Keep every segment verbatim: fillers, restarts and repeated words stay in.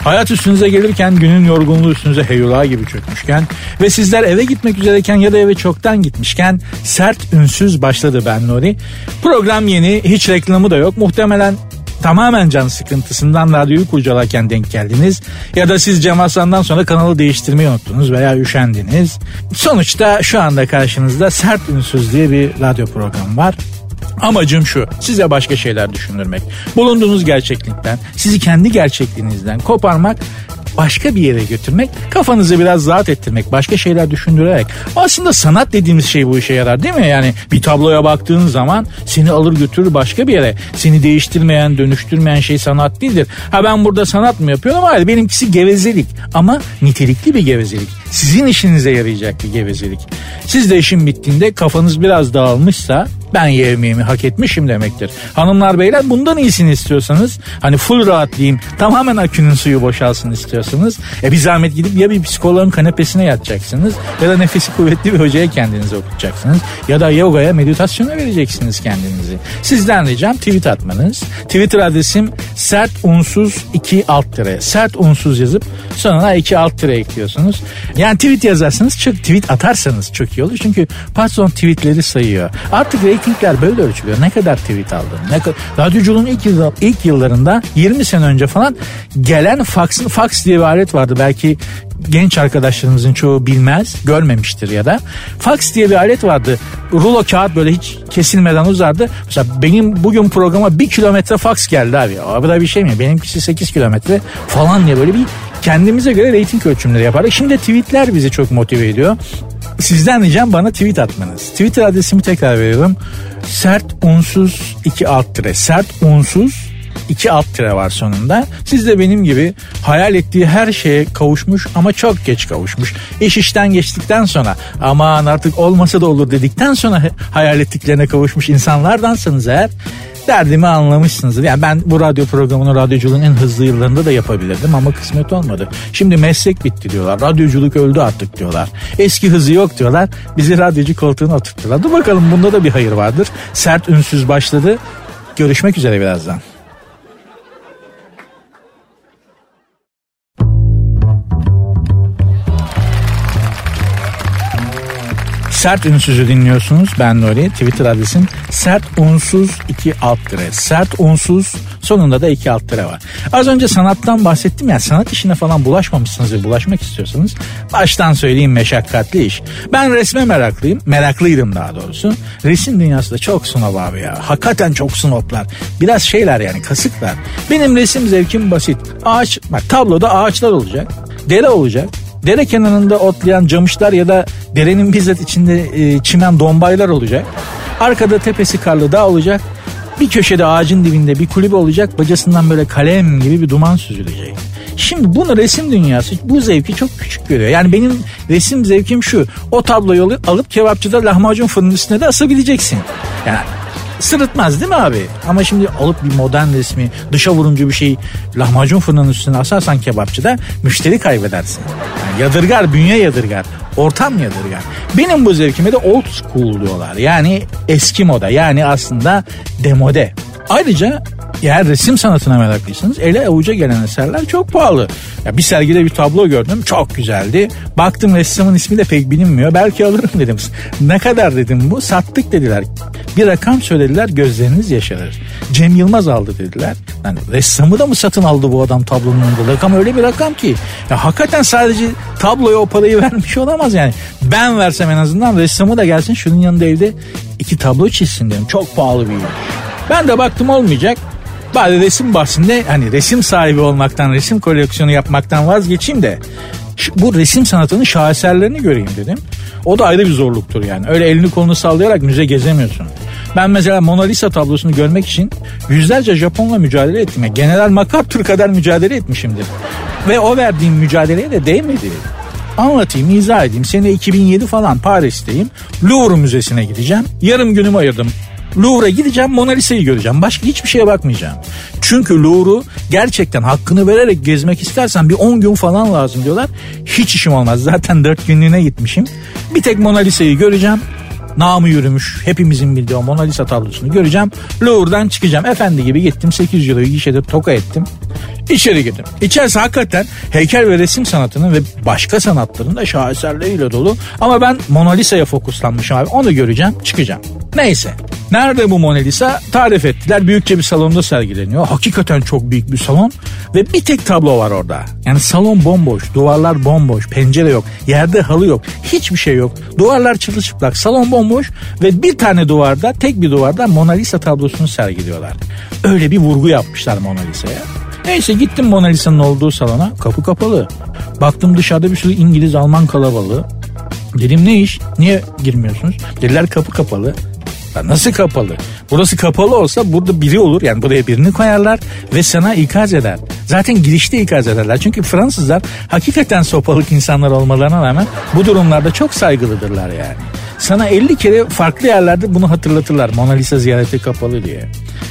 Hayat üstünüze gelirken, günün yorgunluğu üstünüze heyula gibi çökmüşken ve sizler eve gitmek üzereyken ya da eve çoktan gitmişken Sert Ünsüz başladı. Ben Nuri. Program yeni, hiç reklamı da yok. Muhtemelen tamamen can sıkıntısından radyoyu kurcalarken denk geldiniz. Ya da siz Cem Aslan'dan sonra kanalı değiştirmeyi unuttunuz veya üşendiniz. Sonuçta şu anda karşınızda Sert Ünsüz diye bir radyo programı var. Amacım şu, size başka şeyler düşündürmek. Bulunduğunuz gerçeklikten, sizi kendi gerçekliğinizden koparmak, başka bir yere götürmek, kafanızı biraz rahat ettirmek, başka şeyler düşündürerek. Aslında sanat dediğimiz şey bu işe yarar değil mi? Yani bir tabloya baktığın zaman seni alır götürür başka bir yere. Seni değiştirmeyen, dönüştürmeyen şey sanat değildir. Ha ben burada sanat mı yapıyorum? Hayır, benimkisi gevezelik ama nitelikli bir gevezelik. Sizin işinize yarayacak bir gevezelik. Siz de işin bittiğinde kafanız biraz dağılmışsa ben yemeğimi hak etmişim demektir. Hanımlar beyler, bundan iyisini istiyorsanız, hani full rahatlayayım, tamamen akünün suyu boşalsın istiyorsanız, e bir zahmet gidip ya bir psikoloğun kanepesine yatacaksınız ya da nefesi kuvvetli bir hocaya kendinizi okutacaksınız ya da yogaya, meditasyona vereceksiniz kendinizi. Sizden ricam tweet atmanız. Twitter adresim sert unsuz iki alt tire. Sert unsuz yazıp sonuna iki alt tire ekliyorsunuz. Yani tweet yazarsanız, çok tweet atarsanız çok iyi olur. Çünkü patron tweetleri sayıyor. Artık reytingler böyle ölçülüyor. Ne kadar tweet aldın? Ne kadar... Radyoculuğun ilk, yıl, ilk yıllarında yirmi sene önce falan gelen faksın, fax diye bir alet vardı. Belki genç arkadaşlarımızın çoğu bilmez, görmemiştir ya da. Fax diye bir alet vardı. Rulo kağıt böyle hiç kesilmeden uzardı. Mesela benim bugün programa bir kilometre fax geldi abi. Abi da bir şey mi? Benimkisi sekiz kilometre falan diye böyle bir kendimize göre reyting ölçümleri yapardık. Şimdi tweetler bizi çok motive ediyor. Sizden ricam bana tweet atmanız. Twitter adresimi tekrar veriyorum. Sert unsuz iki alt tire. Sert unsuz iki alt tire var sonunda. Siz de benim gibi hayal ettiği her şeye kavuşmuş ama çok geç kavuşmuş. İş işten geçtikten sonra aman artık olmasa da olur dedikten sonra hayal ettiklerine kavuşmuş insanlardansanız eğer, derdimi anlamışsınızdır. Yani ben bu radyo programını radyoculuğun en hızlı yıllarında da yapabilirdim ama kısmet olmadı. Şimdi meslek bitti diyorlar. Radyoculuk öldü artık diyorlar. Eski hızı yok diyorlar. Bizi radyocu koltuğuna oturttular. Dur bakalım, bunda da bir hayır vardır. Sert Ünsüz başladı. Görüşmek üzere birazdan. Sert Ünsüz'ü dinliyorsunuz. Ben Nuri. Twitter adresim sert unsuz iki alt tire. Sert unsuz, sonunda da iki alt tire var. Az önce sanattan bahsettim ya. Sanat işine falan bulaşmamışsınız ve bulaşmak istiyorsanız baştan söyleyeyim, meşakkatli iş. Ben resme meraklıyım. Meraklıydım daha doğrusu. Resim dünyası da çok snob abi ya. Hakikaten çok snoblar. Biraz şeyler yani, kasıklar. Benim resim zevkim basit. Ağaç, bak tabloda ağaçlar olacak. Dere olacak. Dere kenarında otlayan camışlar ya da derenin bizzat içinde e, çimen dombaylar olacak. Arkada tepesi karlı dağ olacak. Bir köşede ağacın dibinde bir kulübe olacak. Bacasından böyle kalem gibi bir duman süzülecek. Şimdi bunu resim dünyası bu zevki çok küçük görüyor. Yani benim resim zevkim şu. O tabloyu alıp kebapçıda lahmacun fırının üstüne de asabileceksin. Yani sırıtmaz değil mi abi? Ama şimdi alıp bir modern resmi, dışa vurumcu bir şey lahmacun fırının üstüne asarsan kebapçıda müşteri kaybedersin. Yani yadırgar, bünye yadırgar, ortam yadırgar. Benim bu zevkime de old school diyorlar. Yani eski moda, yani aslında demode. Ayrıca eğer resim sanatına meraklıysanız ele avuca gelen eserler çok pahalı. Ya bir sergide bir tablo gördüm, çok güzeldi. Baktım ressamın ismi de pek bilinmiyor. Belki alırım dedim. Ne kadar dedim bu? Sattık dediler. Bir rakam söylediler, gözleriniz yaşarır. Cem Yılmaz aldı dediler. Yani ressamı da mı satın aldı bu adam tablonun önünde? Rakam öyle bir rakam ki. Ya hakikaten sadece tabloya o parayı vermiş olamaz yani. Ben versem en azından ressamı da gelsin şunun yanında evde iki tablo çizsin dedim. Çok pahalı bir iş. Ben de baktım olmayacak. Bari resim bahsinde hani resim sahibi olmaktan, resim koleksiyonu yapmaktan vazgeçeyim de şu, bu resim sanatının şaheserlerini göreyim dedim. O da ayrı bir zorluktur yani. Öyle elini kolunu sallayarak müze gezemiyorsun. Ben mesela Mona Lisa tablosunu görmek için yüzlerce Japonla mücadele ettim. Yani General MacArthur kadar mücadele etmişimdir. Ve o verdiğim mücadeleye de değmedi. Anlatayım, izah edeyim. Sene iki bin yedi falan Paris'teyim. Louvre Müzesi'ne gideceğim. Yarım günümü ayırdım. Louvre'a gideceğim, Mona Lisa'yı göreceğim. Başka hiçbir şeye bakmayacağım. Çünkü Louvre'u gerçekten hakkını vererek gezmek istersen bir on gün falan lazım diyorlar. Hiç işim olmaz. Zaten dört günlüğüne gitmişim. Bir tek Mona Lisa'yı göreceğim. namı yürümüş hepimizin bildiği o Mona Lisa tablosunu göreceğim. Louvre'dan çıkacağım. Efendi gibi gittim, sekiz yüz euroyu gişede toka ettim. İçeri girdim. İçerisi hakikaten heykel ve resim sanatının ve başka sanatların da şaheserleriyle dolu. Ama ben Mona Lisa'ya fokuslanmışım abi. Onu göreceğim, çıkacağım. Neyse. Nerede bu Mona Lisa? Tarif ettiler. Büyükçe bir salonda sergileniyor. Hakikaten çok büyük bir salon. Ve bir tek tablo var orada. Yani salon bomboş. Duvarlar bomboş. Pencere yok. Yerde halı yok. Hiçbir şey yok. Duvarlar çırılçıplak. Salon bomboş. Ve bir tane duvarda, tek bir duvarda Mona Lisa tablosunu sergiliyorlar. Öyle bir vurgu yapmışlar Mona Lisa'ya. Neyse gittim Mona Lisa'nın olduğu salona. Kapı kapalı. Baktım dışarıda bir sürü İngiliz, Alman kalabalığı. Dedim ne iş? Niye girmiyorsunuz? Dediler kapı kapalı. Ya nasıl kapalı? Burası kapalı olsa burada biri olur. Yani buraya birini koyarlar ve sana ikaz eder. Zaten girişte ikaz ederler. Çünkü Fransızlar hakikaten sopalık insanlar olmalarına rağmen bu durumlarda çok saygılıdırlar yani. Sana elli kere farklı yerlerde bunu hatırlatırlar. Mona Lisa ziyareti kapalı diye.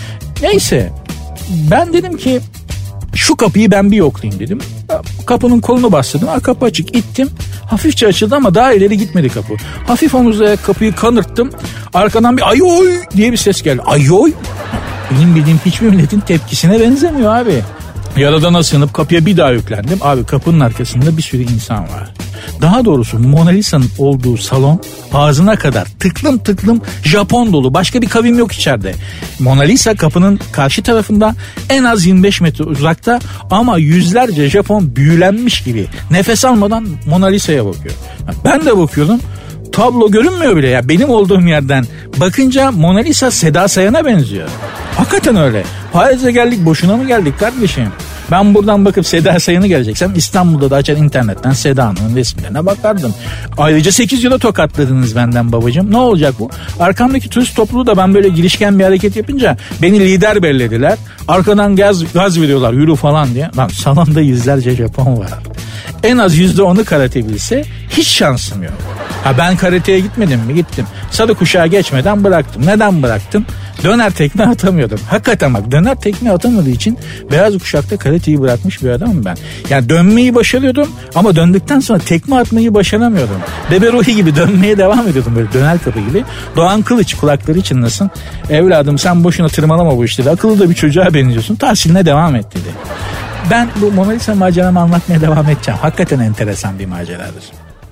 Neyse ben dedim ki şu kapıyı ben bir yoklayayım dedim. Kapının kolunu bastırdım. Ha, kapı açık. İttim. Hafifçe açıldı ama daha ileri gitmedi kapı. Hafif omuzlayarak kapıyı kanırttım. Arkadan bir ayoy diye bir ses geldi. Ayoy? Benim bildiğim hiçbir milletin tepkisine benzemiyor abi. Yaradana sığınıp kapıya bir daha yüklendim. Abi kapının arkasında bir sürü insan var. Daha doğrusu Mona Lisa'nın olduğu salon ağzına kadar tıklım tıklım Japon dolu. Başka bir kavim yok içeride. Mona Lisa kapının karşı tarafında en az yirmi beş metre uzakta ama yüzlerce Japon büyülenmiş gibi nefes almadan Mona Lisa'ya bakıyor. Ben de bakıyordum. Tablo görünmüyor bile ya. Benim olduğum yerden bakınca Mona Lisa Seda Sayan'a benziyor. Hakikaten öyle. Paris'e geldik, boşuna mı geldik kardeşim? Ben buradan bakıp Seda Sayan'ı geleceksem İstanbul'da da açar internetten Seda'nın resimlerine bakardım. Ayrıca sekiz yıla tokatladınız benden babacığım. Ne olacak bu? Arkamdaki turist topluluğu da ben böyle girişken bir hareket yapınca beni lider bellediler. Arkadan gaz, gaz veriyorlar yürü falan diye. Lan salonda yüzlerce Japon var. En az yüzde onu karate bilse hiç şansım yok. Ha ben karateye gitmedim mi? Gittim. Sarı kuşağı geçmeden bıraktım. Neden bıraktım? Döner tekme atamıyordum. Hakikaten bak döner tekme atamadığı için beyaz kuşakta karateyi bırakmış bir adamım ben. Yani dönmeyi başarıyordum ama döndükten sonra tekme atmayı başaramıyordum. Bebe Ruhi gibi dönmeye devam ediyordum böyle döner kapı gibi. Doğan Kılıç kulakları çınlasın. Evladım sen boşuna tırmalama bu işleri. Akıllı da bir çocuğa benziyorsun. Tahsiline devam et dedi. Ben bu Mona Lisa maceramı anlatmaya devam edeceğim. Hakikaten enteresan bir maceradır.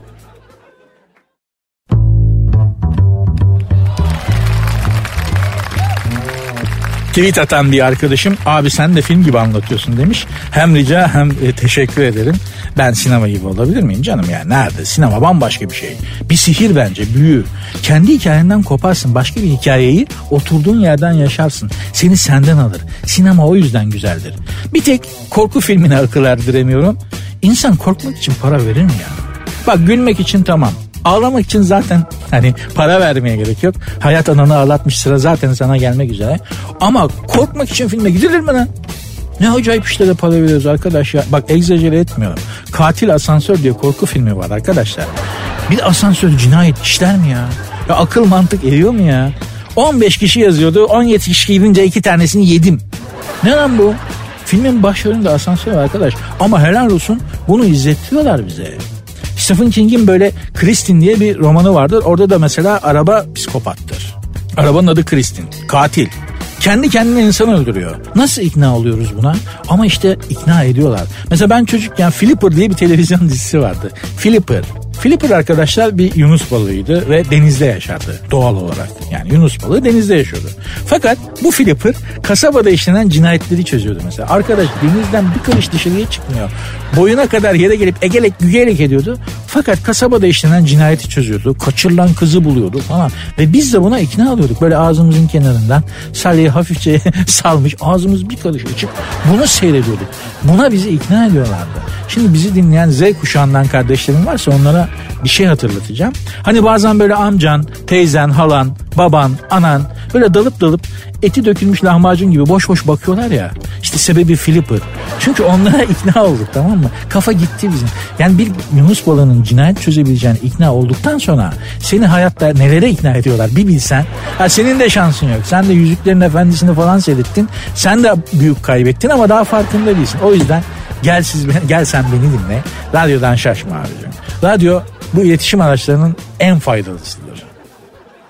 Tweet atan bir arkadaşım abi sen de film gibi anlatıyorsun demiş. Hem rica hem e, teşekkür ederim. Ben sinema gibi olabilir miyim canım yani nerede? Sinema bambaşka bir şey. Bir sihir bence büyü. Kendi hikayenden koparsın başka bir hikayeyi oturduğun yerden yaşarsın. Seni senden alır. Sinema o yüzden güzeldir. Bir tek korku filmine akıl erdiremiyorum. İnsan korkmak için para verir mi ya? Bak gülmek için tamam. Ağlamak için zaten hani para vermeye gerek yok. Hayat ananı ağlatmış sıra zaten sana gelmek üzere. Ama korkmak için filme gidilir mi lan? Ne acayip işlere para veriyoruz arkadaş ya. Bak egzajere etmiyorum. Katil Asansör diye korku filmi var arkadaşlar. Bir asansör cinayet işler mi ya? Ya akıl mantık eriyor mu ya? on beş kişi yazıyordu. on yedi kişi gidince iki tanesini yedim. Ne lan bu? Filmin başlarında asansör var arkadaş. Ama helal olsun bunu izletiyorlar bize. Stephen King'in böyle Kristin diye bir romanı vardır. Orada da mesela araba psikopattır. Arabanın adı Kristin. Katil. Kendi kendine insan öldürüyor. Nasıl ikna oluyoruz buna? Ama işte ikna ediyorlar. Mesela ben çocukken Flipper diye bir televizyon dizisi vardı. Flipper. Flipper arkadaşlar bir yunus balığıydı ve denizde yaşardı doğal olarak. Yani yunus balığı denizde yaşıyordu. Fakat bu Flipper kasabada işlenen cinayetleri çözüyordu mesela. Arkadaş denizden bir karış dışarıya çıkmıyor. Boyuna kadar yere gelip egelek gügelek ediyordu. Fakat kasabada işlenen cinayeti çözüyordu. Kaçırılan kızı buluyordu falan. Ve biz de buna ikna oluyorduk. Böyle ağzımızın kenarından salyayı hafifçe salmış ağzımız bir karış açık. Bunu seyrediyorduk. Buna bizi ikna ediyorlardı. Şimdi bizi dinleyen Z kuşağından kardeşlerim varsa onlara bir şey hatırlatacağım. Hani bazen böyle amcan, teyzen, halan, baban, anan böyle dalıp dalıp eti dökülmüş lahmacun gibi boş boş bakıyorlar ya. İşte sebebi Flipper. Çünkü onlara ikna olduk, tamam mı? Kafa gitti bizim. Yani bir yunus balığının cinayet çözebileceğine ikna olduktan sonra seni hayatta nelere ikna ediyorlar bir bilsen. Ha, senin de şansın yok. Sen de Yüzüklerin Efendisi'ni falan seyrettin. Sen de büyük kaybettin ama daha farkında değilsin. O yüzden gel, siz, gel sen beni dinle. Radyodan şaşma abicim. Radyo bu iletişim araçlarının en faydalısıdır.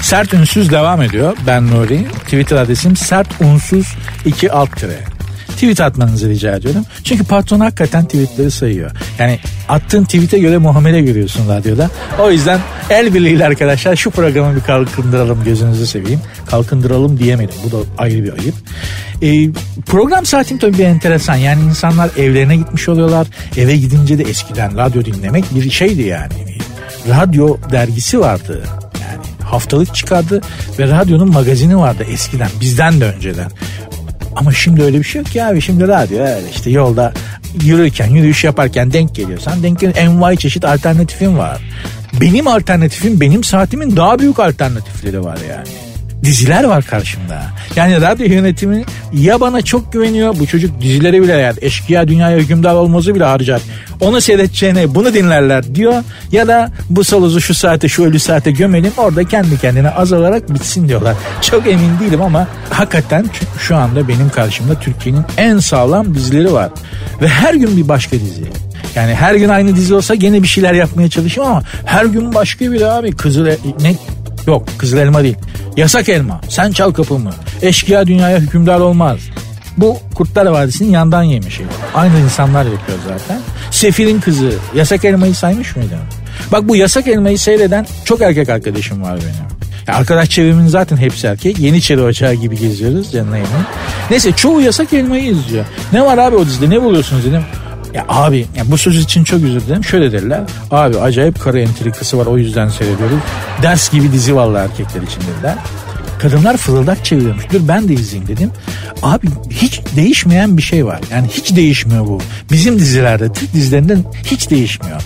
Sert Ünsüz devam ediyor. Ben Nuri. Twitter adresim sert unsuz iki alt tire. Tweet atmanızı rica ediyorum. Çünkü patron hakikaten tweetleri sayıyor. Yani attığın tweete göre muamele görüyorsun radyoda. O yüzden el birliğiyle arkadaşlar şu programı bir kalkındıralım, gözünüzü seveyim. Kalkındıralım diyemedim. Bu da ayrı bir ayıp. Ee, program saatim tabii bir enteresan. Yani insanlar evlerine gitmiş oluyorlar. Eve gidince de eskiden radyo dinlemek bir şeydi yani. Radyo dergisi vardı. Yani haftalık çıkardı ve radyonun magazini vardı eskiden. Bizden de önceden. Ama şimdi öyle bir şey yok ki abi. Şimdi radyo öyle işte yolda yürürken, yürüyüş yaparken denk geliyorsan denk geliyor. Envai çeşit alternatifim var. Benim alternatifim, benim saatimin daha büyük alternatifleri var yani. Diziler var karşımda. Yani radyo yönetimi ya bana çok güveniyor, bu çocuk dizileri bile yani eşkıya dünyaya hükümdar olmazı bile harcar. Onu seyredeceğine bunu dinlerler diyor. Ya da bu soluzu şu saate, şu ölü saate gömelim, orada kendi kendine azalarak bitsin diyorlar. Çok emin değilim ama hakikaten şu anda benim karşımda Türkiye'nin en sağlam dizileri var. Ve her gün bir başka dizi. Yani her gün aynı dizi olsa gene bir şeyler yapmaya çalışıyorum ama her gün başka biri abi. Kızıl ne? Yok, Kızıl Elma değil. Yasak Elma. Sen Çal Kapımı. Eşkıya dünyaya hükümdar olmaz. Bu Kurtlar Vadisi'nin yandan yemişi. Aynı insanlar yapıyor zaten. Sefir'in Kızı. Yasak Elma'yı saymış mıydın? Bak bu Yasak Elma'yı seyreden çok erkek arkadaşım var benim. Ya arkadaş çevremin zaten hepsi erkek. Yeniçeri Ocağı gibi geziyoruz canına yemin. Neyse çoğu Yasak Elma'yı izliyor. Ne var abi o dizide, ne buluyorsunuz dedim. Ya abi ya bu söz için çok özür dilerim. Şöyle derler. Abi acayip karı entrikası var, o yüzden seyrediyoruz. Ders gibi dizi vallahi erkekler için dediler. Kadınlar fırıldak çeviriyormuş. Dur ben de izleyeyim dedim. Abi hiç değişmeyen bir şey var. Yani hiç değişmiyor bu. Bizim dizilerde, Türk dizilerinden hiç değişmiyor.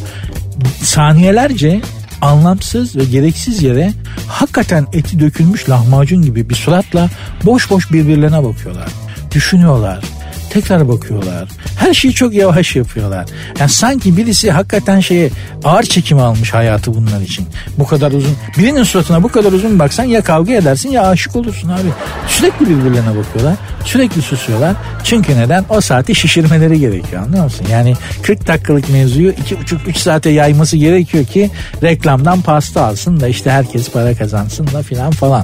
Saniyelerce anlamsız ve gereksiz yere hakikaten eti dökülmüş lahmacun gibi bir suratla boş boş birbirlerine bakıyorlar. Düşünüyorlar. Tekrar bakıyorlar. Her şeyi çok yavaş yapıyorlar. Yani sanki birisi hakikaten şeye ağır çekim almış hayatı bunlar için. Bu kadar uzun. Birinin suratına bu kadar uzun baksan ya kavga edersin ya aşık olursun abi. Sürekli birbirlerine bakıyorlar. Sürekli susuyorlar. Çünkü neden? O saati şişirmeleri gerekiyor, anlıyor musun? Yani kırk dakikalık mevzuyu iki buçuk üç saate yayması gerekiyor ki reklamdan pasta alsın da işte herkes para kazansın da filan falan.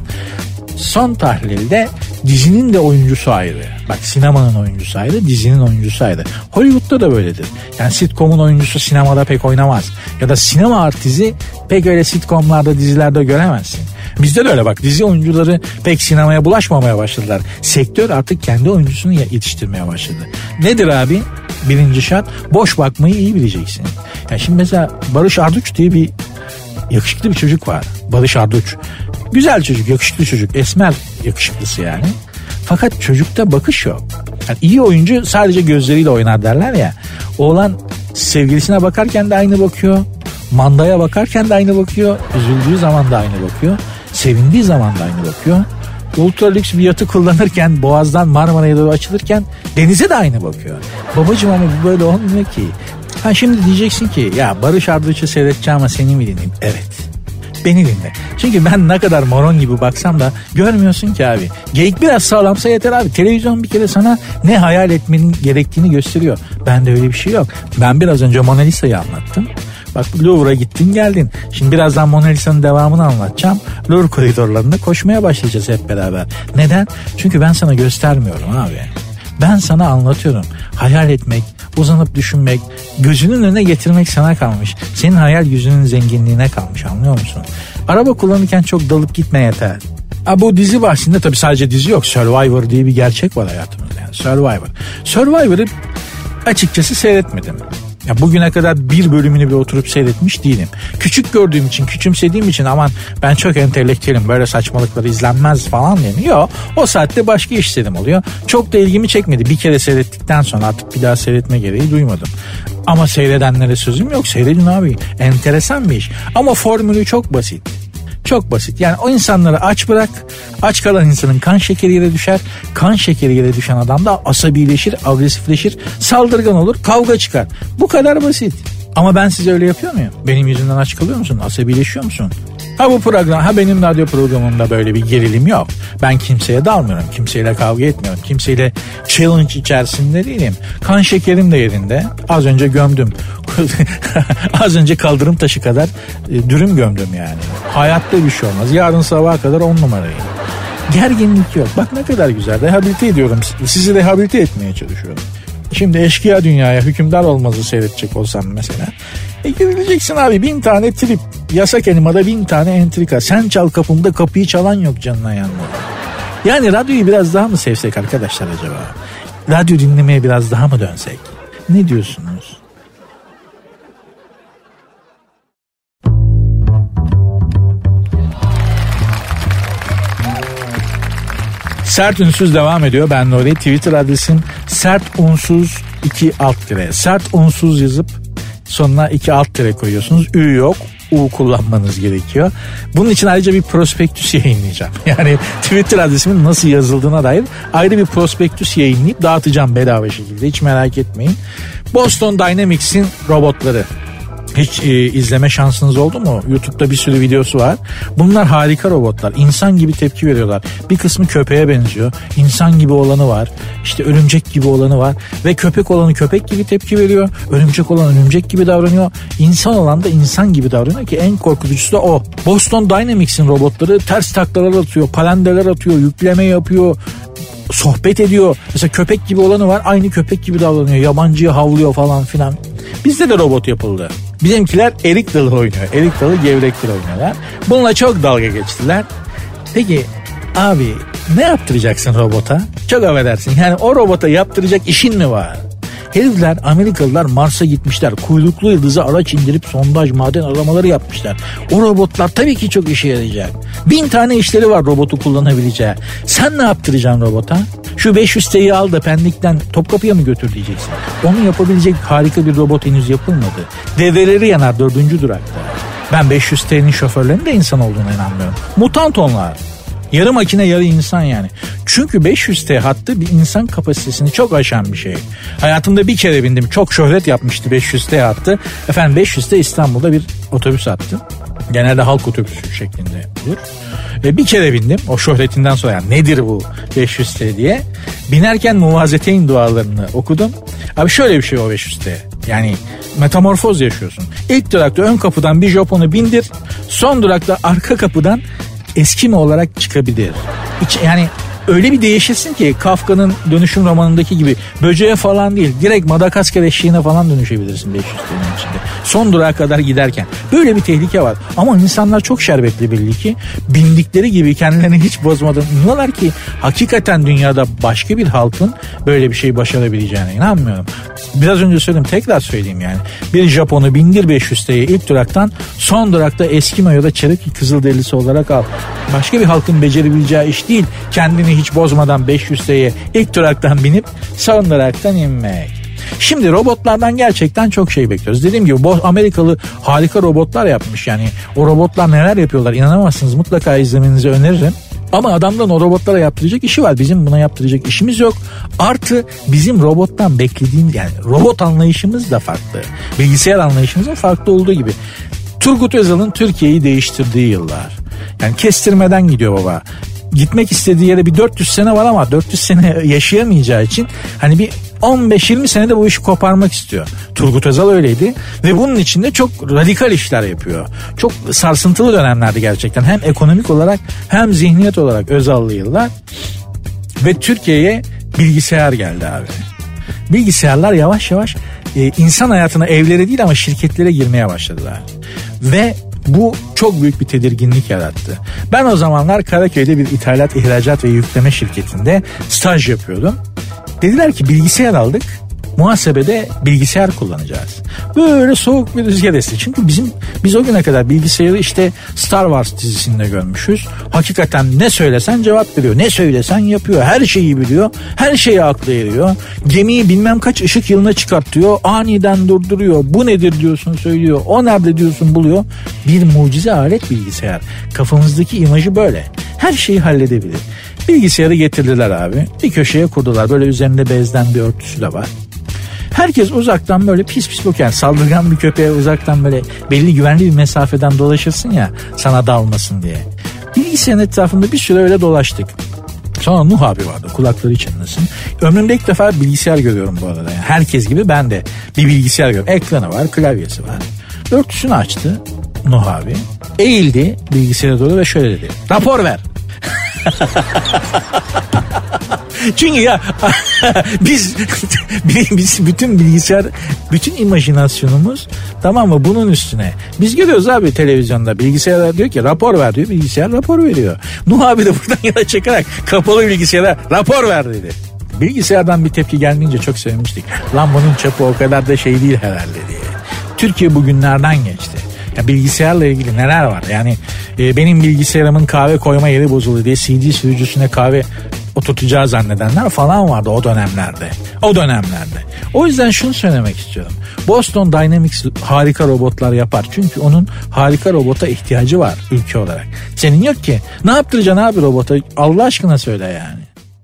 Son tahlilde dizinin de oyuncusu ayrı. Bak sinemanın oyuncusu ayrı, dizinin oyuncusu ayrı. Hollywood'da da böyledir. Yani sitcom'un oyuncusu sinemada pek oynamaz. Ya da sinema artisti pek öyle sitcom'larda, dizilerde göremezsin. Bizde de öyle bak, dizi oyuncuları pek sinemaya bulaşmamaya başladılar. Sektör artık kendi oyuncusunu yetiştirmeye başladı. Nedir abi? Birinci şart, boş bakmayı iyi bileceksin. Yani şimdi mesela Barış Arduç diye bir yakışıklı bir çocuk var. Barış Arduç. Güzel çocuk, yakışıklı çocuk. Esmer yakışıklısı yani. Fakat çocukta bakış yok. Yani iyi oyuncu sadece gözleriyle oynar derler ya. Oğlan sevgilisine bakarken de aynı bakıyor. Mandaya bakarken de aynı bakıyor. Üzüldüğü zaman da aynı bakıyor. Sevindiği zaman da aynı bakıyor. Ultra lüks bir yatı kullanırken, Boğaz'dan Marmara'ya doğru açılırken denize de aynı bakıyor. Babacığım ama bu böyle olmuyor ki. Ha şimdi diyeceksin ki ya Barış Arduç'u seyredeceğim ama seni mi dinleyeyim? Evet. Beni dinle. Çünkü ben ne kadar moron gibi baksam da görmüyorsun ki abi. Geyik biraz sağlamsa yeter abi. Televizyon bir kere sana ne hayal etmenin gerektiğini gösteriyor. Bende öyle bir şey yok. Ben biraz önce Mona Lisa'yı anlattım. Bak Louvre'a gittin geldin. Şimdi birazdan Mona Lisa'nın devamını anlatacağım. Louvre koridorlarında koşmaya başlayacağız hep beraber. Neden? Çünkü ben sana göstermiyorum abi. Ben sana anlatıyorum. Hayal etmek, uzanıp düşünmek, gözünün önüne getirmek sana kalmış. Senin hayal gücünün zenginliğine kalmış, anlıyor musun? Araba kullanırken çok dalıp gitme yeter. Ha, bu dizi bahsinde tabii sadece dizi yok. Survivor diye bir gerçek var hayatımızda. Yani Survivor. Survivor'ı açıkçası seyretmedim. Ya bugüne kadar bir bölümünü bir oturup seyretmiş değilim. Küçük gördüğüm için, küçümsediğim için aman ben çok entelektüelim, böyle saçmalıkları izlenmez falan diye mi? Yok. O saatte başka işlerim oluyor. Çok da ilgimi çekmedi. Bir kere seyrettikten sonra artık bir daha seyretme gereği duymadım. Ama seyredenlere sözüm yok. Seyredin abi. Enteresan bir iş. Ama formülü çok basit. Çok basit. Yani o insanları aç bırak. Aç kalan insanın kan şekeri yere düşer. Kan şekeri yere düşen adam da asabileşir, agresifleşir, saldırgan olur, kavga çıkar. Bu kadar basit. Ama ben size öyle yapıyor muyum? Benim yüzümden aç kalıyor musun? Asabileşiyor musun? Ha bu program, ha benim radyo programımda böyle bir gerilim yok. Ben kimseye dalmıyorum, kimseyle kavga etmiyorum, kimseyle challenge içerisinde değilim. Kan şekerim de yerinde. Az önce gömdüm. Az önce kaldırım taşı kadar e, dürüm gömdüm yani. Hayatta bir şey olmaz. Yarın sabaha kadar on numarayım. Gerginlik yok. Bak ne kadar güzel. Rehabilite ediyorum. Sizi rehabilite etmeye çalışıyorum. Şimdi eşkıya dünyaya hükümdar olmazı seyredecek olsam mesela. E görüleceksin abi, bin tane trip. Yasak elmada bin tane entrika. Sen çal kapımda, kapıyı çalan yok canına yanına. Yani radyoyu biraz daha mı sevsek arkadaşlar acaba? Radyo dinlemeye biraz daha mı dönsek? Ne diyorsunuz? Sert Unsuz devam ediyor. Ben Nuri. Twitter adresim sert unsuz iki alt tire. Sert unsuz yazıp sonuna iki alt tire koyuyorsunuz. Ü yok. U kullanmanız gerekiyor. Bunun için ayrıca bir prospektüs yayınlayacağım. Yani Twitter adresimin nasıl yazıldığına dair ayrı bir prospektüs yayınlayıp dağıtacağım bedava şekilde. Hiç merak etmeyin. Boston Dynamics'in robotları. Hiç e, izleme şansınız oldu mu? YouTube'da bir sürü videosu var. Bunlar harika robotlar. İnsan gibi tepki veriyorlar. Bir kısmı köpeğe benziyor. İnsan gibi olanı var. İşte örümcek gibi olanı var. Ve köpek olanı köpek gibi tepki veriyor. Örümcek olan örümcek gibi davranıyor. İnsan olan da insan gibi davranıyor ki en korkutucusu da o. Boston Dynamics'in robotları ters taklalar atıyor. Palendeler atıyor. Yükleme yapıyor. Sohbet ediyor. Mesela köpek gibi olanı var. Aynı köpek gibi davranıyor. Yabancıya havlıyor falan filan. Bizde de robot yapıldı. Bizimkiler erik dalı oynuyor. Erik dalı gevrektir oynuyorlar. Bununla çok dalga geçtiler. Peki abi ne yaptıracaksın robota? Çok affedersin. Yani o robota yaptıracak işin mi var? Herifler, Amerikalılar Mars'a gitmişler. Kuyruklu yıldıza araç indirip sondaj, maden aramaları yapmışlar. O robotlar tabii ki çok işe yarayacak. Bin tane işleri var robotu kullanabileceği. Sen ne yaptıracaksın robota? Şu beş yüz T'yi al da Pendik'ten Topkapı'ya mı götür diyeceksin. Onu yapabilecek harika bir robot henüz yapılmadı. Devreleri yanar dördüncü durakta. Ben beş yüz T'nin şoförlerinin de insan olduğuna inanmıyorum. Mutant onlar. Yarı makine yarı insan yani. Çünkü beş yüz T hattı bir insan kapasitesini çok aşan bir şey. Hayatımda bir kere bindim. Çok şöhret yapmıştı beş yüz T hattı. Efendim beş yüz T İstanbul'da bir otobüs hattı. Genelde halk otobüsü şeklinde olur. Ve bir kere bindim. O şöhretinden sonra yani nedir bu beş yüz T diye. Binerken muvazeteyn dualarını okudum. Abi şöyle bir şey o beş yüz T. Yani metamorfoz yaşıyorsun. İlk durakta ön kapıdan bir Japon'u bindir. Son durakta arka kapıdan Eskimi olarak çıkabilir. İç, yani öyle bir değişirsin ki Kafka'nın Dönüşüm romanındaki gibi böceğe falan değil, direkt Madagaskar eşeğine falan dönüşebilirsin beş yüz T'nin içinde. Son durağa kadar giderken. Böyle bir tehlike var. Ama insanlar çok şerbetli belli ki. Bindikleri gibi kendilerini hiç bozmadan iniyorlar ki hakikaten dünyada başka bir halkın böyle bir şey başarabileceğine inanmıyorum. Biraz önce söyledim, tekrar söyleyeyim yani. Bir Japon'u bindir beş yüz T'ye ilk duraktan, son durakta Eskimo ya da Cherokee Kızılderilisi olarak al. Başka bir halkın becerebileceği iş değil. Kendini hiç bozmadan beş yüz T'ye ilk duraktan binip son duraktan inmek. Şimdi robotlardan gerçekten çok şey bekliyoruz. Dediğim gibi bu Amerikalı harika robotlar yapmış yani. O robotlar neler yapıyorlar inanamazsınız. Mutlaka izlemenizi öneririm. Ama adamdan o robotlara yaptıracak işi var. Bizim buna yaptıracak işimiz yok. Artı bizim robottan beklediğimiz yani robot anlayışımız da farklı. Bilgisayar anlayışımızın farklı olduğu gibi. Turgut Özal'ın Türkiye'yi değiştirdiği yıllar. Yani kestirmeden gidiyor baba. Gitmek istediği yere bir dört yüz sene var ama dört yüz sene yaşayamayacağı için hani bir on beş yirmi senede bu işi koparmak istiyor. Turgut Özal öyleydi ve bunun içinde çok radikal işler yapıyor. Çok sarsıntılı dönemlerdi gerçekten. Hem ekonomik olarak hem zihniyet olarak Özal'lı yıllar. Ve Türkiye'ye bilgisayar geldi abi. Bilgisayarlar yavaş yavaş e, insan hayatına, evlere değil ama şirketlere girmeye başladılar. Ve bu çok büyük bir tedirginlik yarattı. Ben o zamanlar Karaköy'de bir ithalat, ihracat ve yükleme şirketinde staj yapıyordum. Dediler ki bilgisayar aldık, muhasebede bilgisayar kullanacağız. Böyle soğuk bir rüzgar esti. Çünkü bizim biz o güne kadar bilgisayarı işte Star Wars dizisinde görmüşüz. Hakikaten ne söylesen cevap veriyor. Ne söylesen yapıyor. Her şeyi biliyor. Her şeyi aklı eriyor. Gemiyi bilmem kaç ışık yılına çıkartıyor. Aniden durduruyor. Bu nedir diyorsun söylüyor. O nerede diyorsun buluyor. Bir mucize alet bilgisayar. Kafamızdaki imajı böyle. Her şeyi halledebilir. Bilgisayarı getirdiler abi. Bir köşeye kurdular. Böyle üzerinde bezden bir örtüsü de var. Herkes uzaktan böyle pis pis bakıyor. Yani saldırgan bir köpeğe uzaktan böyle belli güvenli bir mesafeden dolaşırsın ya, sana dalmasın diye. Bilgisayarın etrafında bir süre öyle dolaştık. Sonra Nuh abi vardı, kulakları çınlasın. Ömrümde ilk defa bilgisayar görüyorum bu arada. Yani herkes gibi ben de bir bilgisayar görüyorum. Ekranı var, klavyesi var. Örtüsünü açtı Nuh abi. Eğildi bilgisayara doğru ve şöyle dedi: rapor ver. Çünkü ya biz biz bütün bilgisayar, bütün imajinasyonumuz, tamam mı, bunun üstüne. Biz görüyoruz abi televizyonda, bilgisayarlar diyor ki rapor ver diyor, bilgisayar rapor veriyor. Nuh abi de buradan yola çıkarak kapalı bilgisayara rapor ver dedi. Bilgisayardan bir tepki gelmeyince çok sevinmiştik. Lan bunun çapı o kadar da şey değil herhalde diye. Türkiye bugünlerden geçti. Ya bilgisayarla ilgili neler var? Yani e, benim bilgisayarımın kahve koyma yeri bozuldu diye C D sürücüsüne kahve oturtacağı zannedenler falan vardı o dönemlerde. O dönemlerde. O yüzden şunu söylemek istiyorum. Boston Dynamics harika robotlar yapar. Çünkü onun harika robota ihtiyacı var ülke olarak. Senin yok ki. Ne yaptıracaksın abi robota? Allah aşkına söyle yani.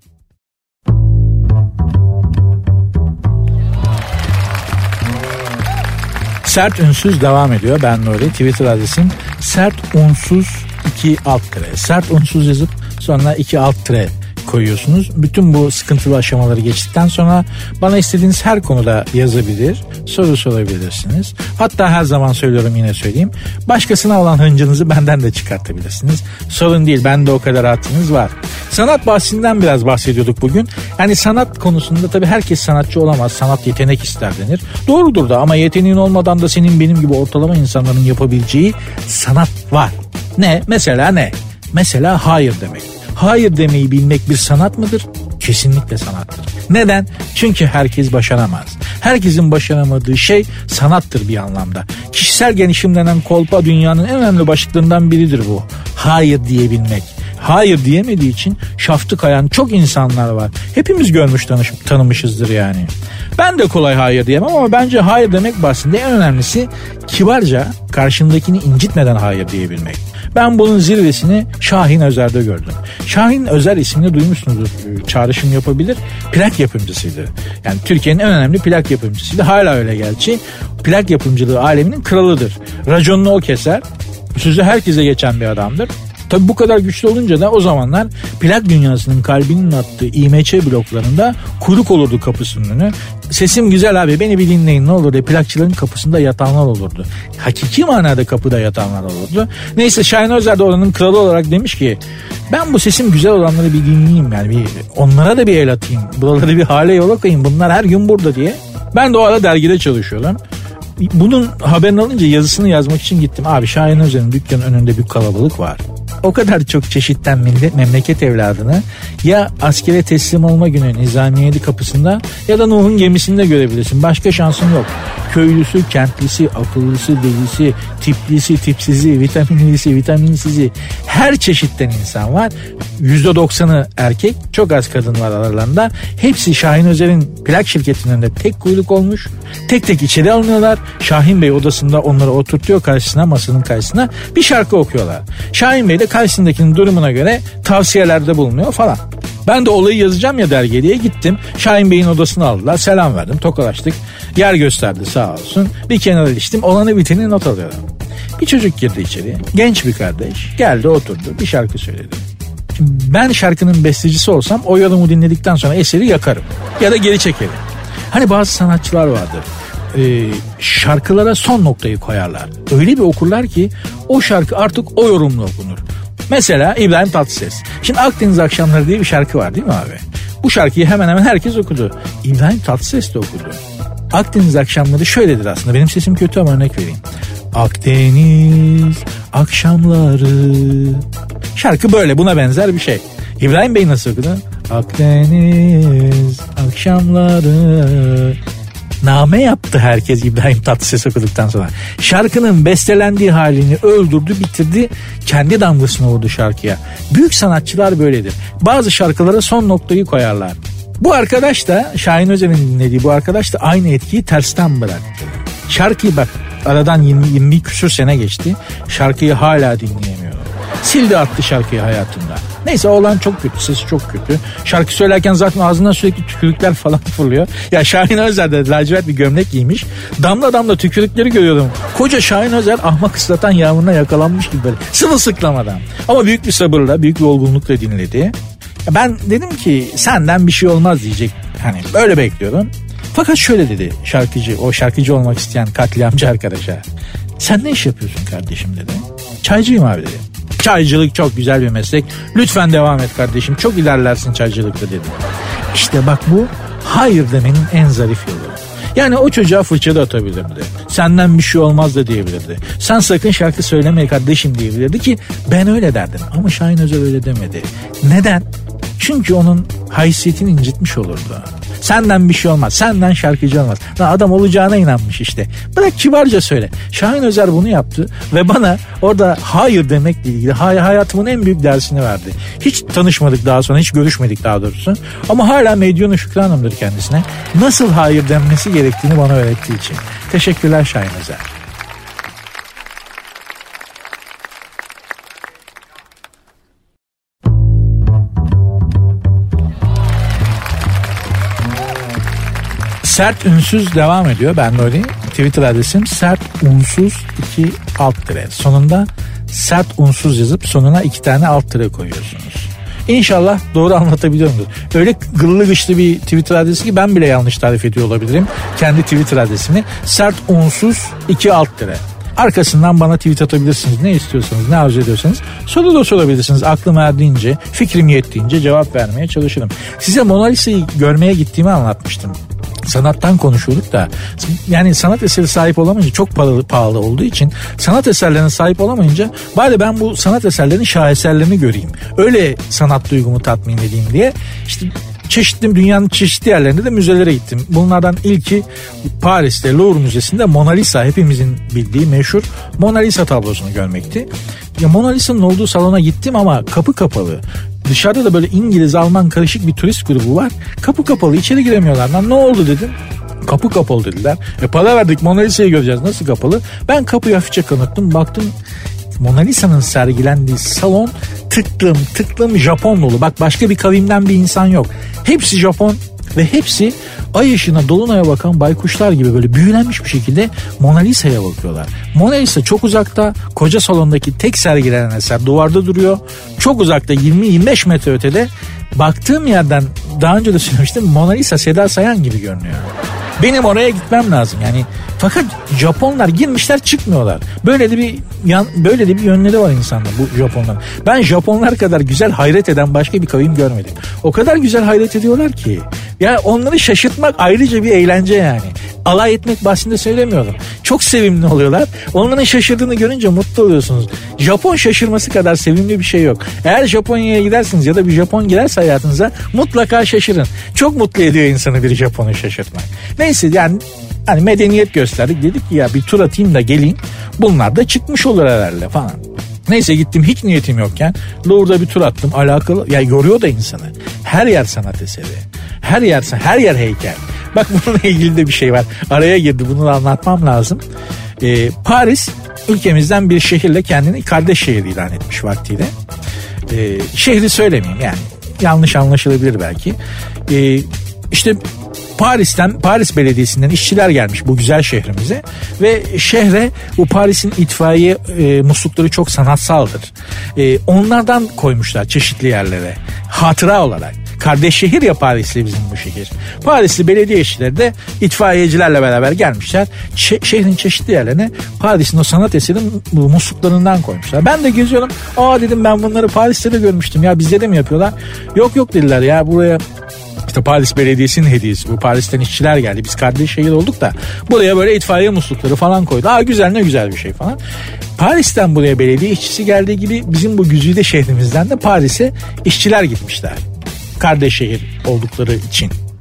Sert Ünsüz devam ediyor. Ben Nuri. Twitter adresim sert unsuz iki alt tire. Sert unsuz yazıp sonra iki alt tire koyuyorsunuz. Bütün bu sıkıntılı aşamaları geçtikten sonra bana istediğiniz her konuda yazabilir, soru sorabilirsiniz. Hatta her zaman söylüyorum, yine söyleyeyim, başkasına olan hıncınızı benden de çıkartabilirsiniz. Sorun değil, bende o kadar hattınız var. Sanat bahsinden biraz bahsediyorduk bugün. Yani sanat konusunda tabii herkes sanatçı olamaz. Sanat yetenek ister denir. Doğrudur da, ama yeteneğin olmadan da senin benim gibi ortalama insanların yapabileceği sanat var. Ne? Mesela ne? Mesela hayır demek. Hayır demeyi bilmek bir sanat mıdır? Kesinlikle sanattır. Neden? Çünkü herkes başaramaz. Herkesin başaramadığı şey sanattır bir anlamda. Kişisel gelişim denen kolpa dünyanın en önemli başlıklarından biridir bu. Hayır diyebilmek. Hayır diyemediği için şaftı kayan çok insanlar var. Hepimiz görmüş tanış, tanımışızdır yani. Ben de kolay hayır diyemem ama bence hayır demek bahsinde en önemlisi kibarca karşındakini incitmeden hayır diyebilmek. Ben bunun zirvesini Şahin Özer'de gördüm. Şahin Özer ismini duymuşsunuzdur. Çağrışım yapabilir. Plak yapımcısıydı. Yani Türkiye'nin en önemli plak yapımcısıydı. Hala öyle gerçi. Plak yapımcılığı aleminin kralıdır. Raconunu o keser. Sözü herkese geçen bir adamdır. Tabii bu kadar güçlü olunca da o zamanlar plak dünyasının kalbinin attığı İ M Ç bloklarında kuyruk olurdu kapısının önü. Sesim güzel abi, beni bir dinleyin ne olur diye plakçıların kapısında yatanlar olurdu. Hakiki manada kapıda yatanlar olurdu. Neyse, Şahin Özer de oranın kralı olarak demiş ki ben bu sesim güzel olanları bir dinleyeyim, yani bir, onlara da bir el atayım. Buraları bir hale yola koyayım, bunlar her gün burada diye. Ben de o arada dergide çalışıyordum. Bunun haberini alınca yazısını yazmak için gittim. Abi Şahin Özer'in dükkanın önünde bir kalabalık var. O kadar çok çeşitten millet, memleket evladını ya askere teslim olma günü Nizamiyeli kapısında ya da Nuh'un gemisinde görebilirsin. Başka şansın yok. Köylüsü, kentlisi, akıllısı, delisi, tiplisi, tipsizi, vitaminlisi, vitaminsizi, her çeşitten insan var. yüzde doksanı erkek, çok az kadın var aralarında. Hepsi Şahin Özer'in plak şirketinin önünde tek kuyruk olmuş. Tek tek içeri alınıyorlar. Şahin Bey odasında onları oturtuyor karşısına, masanın karşısına. Bir şarkı okuyorlar. Şahin Bey de karşısındakinin durumuna göre tavsiyelerde bulunuyor falan. Ben de olayı yazacağım ya dergiye diye gittim. Şahin Bey'in odasını aldılar. Selam verdim. Tokalaştık. Yer gösterdi sağ olsun. Bir kenara iliştim. Olanı biteni not alıyorum. Bir çocuk girdi içeri. Genç bir kardeş. Geldi oturdu. Bir şarkı söyledi. Şimdi ben şarkının bestecisi olsam o yorumu dinledikten sonra eseri yakarım. Ya da geri çekerim. Hani bazı sanatçılar vardır. Ee, şarkılara son noktayı koyarlar. Öyle bir okurlar ki o şarkı artık o yorumla okunur. Mesela İbrahim Tatlıses. Şimdi Akdeniz Akşamları diye bir şarkı var değil mi abi? Bu şarkıyı hemen hemen herkes okudu. İbrahim Tatlıses de okudu. Akdeniz Akşamları şöyledir aslında. Benim sesim kötü ama örnek vereyim. Akdeniz Akşamları. Şarkı böyle, buna benzer bir şey. İbrahim Bey nasıl okudu? Akdeniz Akşamları. Name yaptı herkes İbrahim Tatlıses okuduktan sonra. Şarkının bestelendiği halini öldürdü, bitirdi. Kendi damgasını vurdu şarkıya. Büyük sanatçılar böyledir. Bazı şarkılara son noktayı koyarlar. Bu arkadaş da, Şahin Özer'in dinlediği bu arkadaş da aynı etkiyi tersten bıraktı. Şarkıyı bak, aradan yirmi yirmi küsür sene geçti. Şarkıyı hala dinleyemiyorum. Sildi attı şarkıyı hayatımda. Neyse oğlan çok kötü, sesi çok kötü. Şarkı söylerken zaten ağzından sürekli tükürükler falan fırlıyor. Ya Şahin Özer de lacivert bir gömlek giymiş. Damla damla tükürükleri görüyordum. Koca Şahin Özer ahmak ıslatan yağmuruna yakalanmış gibi böyle sırılsıklamadan. Ama büyük bir sabırla, büyük bir olgunlukla dinledi. Ben dedim ki senden bir şey olmaz diyecek. Hani böyle bekliyordum. Fakat şöyle dedi şarkıcı, o şarkıcı olmak isteyen katliamcı arkadaşa. Sen ne iş yapıyorsun kardeşim dedi. Çaycıyım abi dedi. Çaycılık çok güzel bir meslek. Lütfen devam et kardeşim. Çok ilerlersin çaycılıkta dedi. İşte bak bu hayır demenin en zarif yolu. Yani o çocuğa fırça da atabilirdi. Senden bir şey olmaz da diyebilirdi. Sen sakın şarkı söyleme kardeşim diyebilirdi ki ben öyle derdim. Ama Şahin Özer öyle demedi. Neden? Çünkü onun haysiyetini incitmiş olurdu. Senden bir şey olmaz. Senden şarkıcı olmaz. Lan adam olacağına inanmış işte. Bırak kibarca söyle. Şahin Özer bunu yaptı ve bana orada hayır demekle ilgili hay- hayatımın en büyük dersini verdi. Hiç tanışmadık daha sonra, hiç görüşmedik daha doğrusu. Ama hala medyonu şükranımdır kendisine. Nasıl hayır denmesi gerektiğini bana öğrettiği için. Teşekkürler Şahin Özer. Sert Ünsüz devam ediyor. Ben de öyle. Twitter adresim sert unsuz iki alt tire. Sonunda sert unsuz yazıp sonuna iki tane alt tire koyuyorsunuz. İnşallah doğru anlatabiliyorumdur. Öyle gıllı gışlı bir Twitter adresi ki ben bile yanlış tarif ediyor olabilirim. Kendi Twitter adresimi sert unsuz iki alt tire. Arkasından bana tweet atabilirsiniz. Ne istiyorsanız, ne arzu ediyorsanız. Soru da sorabilirsiniz. Aklım erdiğince, fikrim yettiğince cevap vermeye çalışırım. Size Mona Lisa'yı görmeye gittiğimi anlatmıştım. Sanattan konuşuyorduk da yani sanat eseri sahip olamayınca çok pahalı, pahalı olduğu için sanat eserlerine sahip olamayınca bari ben bu sanat eserlerinin şaheserlerini göreyim. Öyle sanat duygumu tatmin edeyim diye işte çeşitli dünyanın çeşitli yerlerinde de müzelere gittim. Bunlardan ilki Paris'te Louvre Müzesi'nde Mona Lisa, hepimizin bildiği meşhur Mona Lisa tablosunu görmekti. Ya Mona Lisa'nın olduğu salona gittim ama kapı kapalı. Dışarıda da böyle İngiliz, Alman karışık bir turist grubu var. Kapı kapalı, içeri giremiyorlar. Lan ne oldu dedim. Kapı kapalı dediler. E para verdik, Mona Lisa'yı göreceğiz. Nasıl kapalı? Ben kapıyı hafifçe kanıttım. Baktım Mona Lisa'nın sergilendiği salon tıklım tıklım Japon dolu. Bak başka bir kavimden bir insan yok. Hepsi Japon ve hepsi ay ışığına, dolunaya bakan baykuşlar gibi böyle büyülenmiş bir şekilde Mona Lisa'ya bakıyorlar. Mona Lisa çok uzakta, koca salondaki tek sergilenen eser duvarda duruyor. Çok uzakta yirmi yirmi beş metre ötede, baktığım yerden daha önce de söylemiştim, Mona Lisa Seda Sayan gibi görünüyor. Benim oraya gitmem lazım yani. Fakat Japonlar girmişler çıkmıyorlar. Böyle de bir yan, böyle de bir yönleri var insanda bu Japonlar. Ben Japonlar kadar güzel hayret eden başka bir kavim görmedim. O kadar güzel hayret ediyorlar ki. Ya onları şaşırtmak ayrıca bir eğlence yani. Alay etmek bahsinde söylemiyorum. Çok sevimli oluyorlar. Onların şaşırdığını görünce mutlu oluyorsunuz. Japon şaşırması kadar sevimli bir şey yok. Eğer Japonya'ya gidersiniz ya da bir Japon girerse hayatınıza mutlaka şaşırın. Çok mutlu ediyor insanı bir Japon'u şaşırtmak. Neyse yani hani medeniyet gösterdik. Dedik ki ya bir tur atayım da geleyim. Bunlar da çıkmış olur herhalde falan. Neyse gittim, hiç niyetim yokken Louvre'da bir tur attım. Alakalı ya, yoruyor da insanı. Her yer sanat eseri. Her yer her yer heykel. Bak bununla ilgili de bir şey var. Araya girdi, bunu da anlatmam lazım. Ee, Paris ülkemizden bir şehirle kendini kardeş şehir ilan etmiş vaktiyle. Ee, şehri söylemeyeyim yani. Yanlış anlaşılabilir belki. Ee, işte Paris'ten, Paris Belediyesi'nden işçiler gelmiş bu güzel şehrimize ve şehre bu Paris'in itfaiye e, muslukları çok sanatsaldır. E, onlardan koymuşlar çeşitli yerlere hatıra olarak. Kardeş şehir ya Paris'li bizim bu şehir. Parisli belediye işçileri de itfaiyecilerle beraber gelmişler. Ş- şehrin çeşitli yerlerine Paris'in o sanat eserinin musluklarından koymuşlar. Ben de geziyorum. Aa dedim, ben bunları Paris'te de görmüştüm ya, bizde de mi yapıyorlar? Yok yok dediler ya, buraya İşte Paris Belediyesi'nin hediyesi. Bu Paris'ten işçiler geldi. Biz kardeş şehir olduk da buraya böyle itfaiye muslukları falan koydu. Aa güzel, ne güzel bir şey falan. Paris'ten buraya belediye işçisi geldiği gibi bizim bu güzide şehrimizden de Paris'e işçiler gitmişler. Kardeş şehir oldukları için.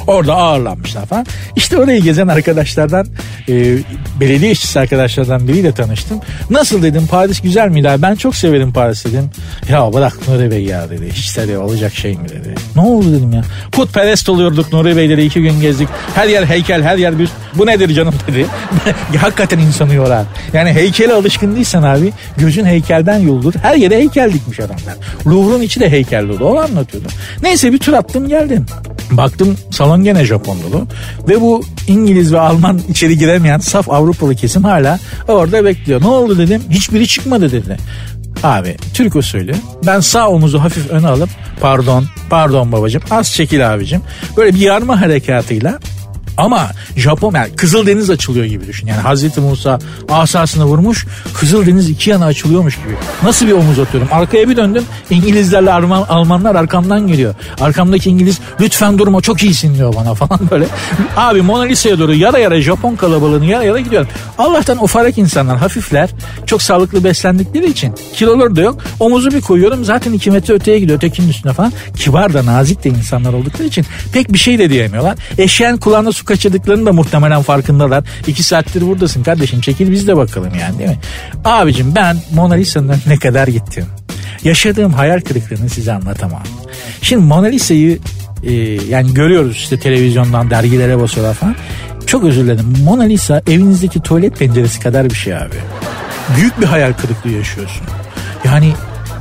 Orada ağırlanmışlar falan. İşte orayı gezen arkadaşlardan e, belediye işçisi arkadaşlardan biriyle tanıştım. Nasıl dedim, Paris güzel miydi abi? Ben çok severim Paris dedim. Ya bırak Nuri Bey ya dedi. Hiç de olacak şey mi dedi. Ne oldu dedim ya. Putperest oluyorduk Nuri Bey dedi. İki gün gezdik. Her yer heykel, her yer büst. Bu nedir canım dedi. Hakikaten insanı yorar. Yani heykele alışkın değilsen abi, gözün heykelden yoldur. Her yere heykel dikmiş adamlar. Louvre'un içi de heykel dolu. O anlatıyordu. Neyse bir tur attım geldim. Baktım salon gene Japon dolu. Ve bu İngiliz ve Alman içeri giremeyen saf Avrupalı kesim hala orada bekliyor. Ne oldu dedim. Hiçbiri çıkmadı dedi. Abi Türk usulü ben sağ omuzu hafif öne alıp pardon pardon babacığım az çekil abicim. Böyle bir yarma harekatıyla. Ama Japon yani Kızıldeniz açılıyor gibi düşün. Yani Hazreti Musa asasını vurmuş, Kızıldeniz iki yana açılıyormuş gibi. Nasıl bir omuz atıyorum? Arkaya bir döndüm. İngilizlerle Alman, Almanlar arkamdan geliyor. Arkamdaki İngiliz lütfen durma çok iyisin diyor bana falan böyle. Abi Mona Lisa'ya doğru yara yara Japon kalabalığını yara yara gidiyorum. Allah'tan ufarak insanlar, hafifler, çok sağlıklı beslendikleri için kiloları da yok. Omuzu bir koyuyorum zaten iki metre öteye gidiyor ötekinin üstüne falan. Kibar da nazik de insanlar oldukları için pek bir şey de diyemiyorlar. Eşeğin kulağına su kaçırdıklarını da muhtemelen farkındalar. İki saattir buradasın kardeşim çekil biz de bakalım yani değil mi? Abicim ben Mona Lisa'nın ne kadar gittim. Yaşadığım hayal kırıklığını size anlatamam. Şimdi Mona Lisa'yı e, yani görüyoruz işte televizyondan dergilere basıyorlar falan. Çok özür dilerim. Mona Lisa evinizdeki tuvalet penceresi kadar bir şey abi. Büyük bir hayal kırıklığı yaşıyorsun. Yani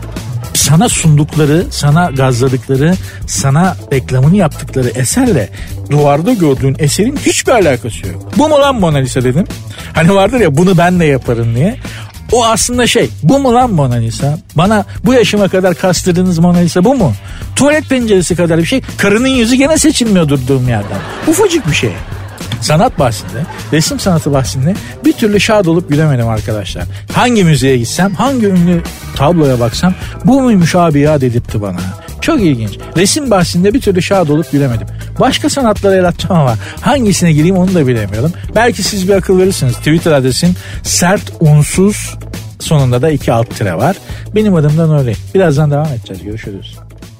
sana sundukları, sana gazladıkları, sana reklamını yaptıkları eserle duvarda gördüğün eserin hiçbir alakası yok. Bu mu lan Mona Lisa dedim. Hani vardır ya bunu ben de yaparım diye. O aslında şey, bu mu lan Mona Lisa? Bana bu yaşıma kadar kastırdığınız Mona Lisa bu mu? Tuvalet penceresi kadar bir şey. Karının yüzü gene seçilmiyor durduğum yerden. Ufacık bir şey. Sanat bahsinde, resim sanatı bahsinde bir türlü şad olup gülemedim arkadaşlar. Hangi müzeye gitsem, hangi ünlü tabloya baksam bu muymuş abi ya dedirtti bana. Çok ilginç. Resim bahsinde bir türlü şad olup gülemedim. Başka sanatlara el atacağım ama hangisine gireyim onu da bilemiyorum. Belki siz bir akıl verirsiniz. Twitter adresim sert unsuz, sonunda da iki alt tire var. Benim adım da Nuri. Birazdan devam edeceğiz. Görüşürüz.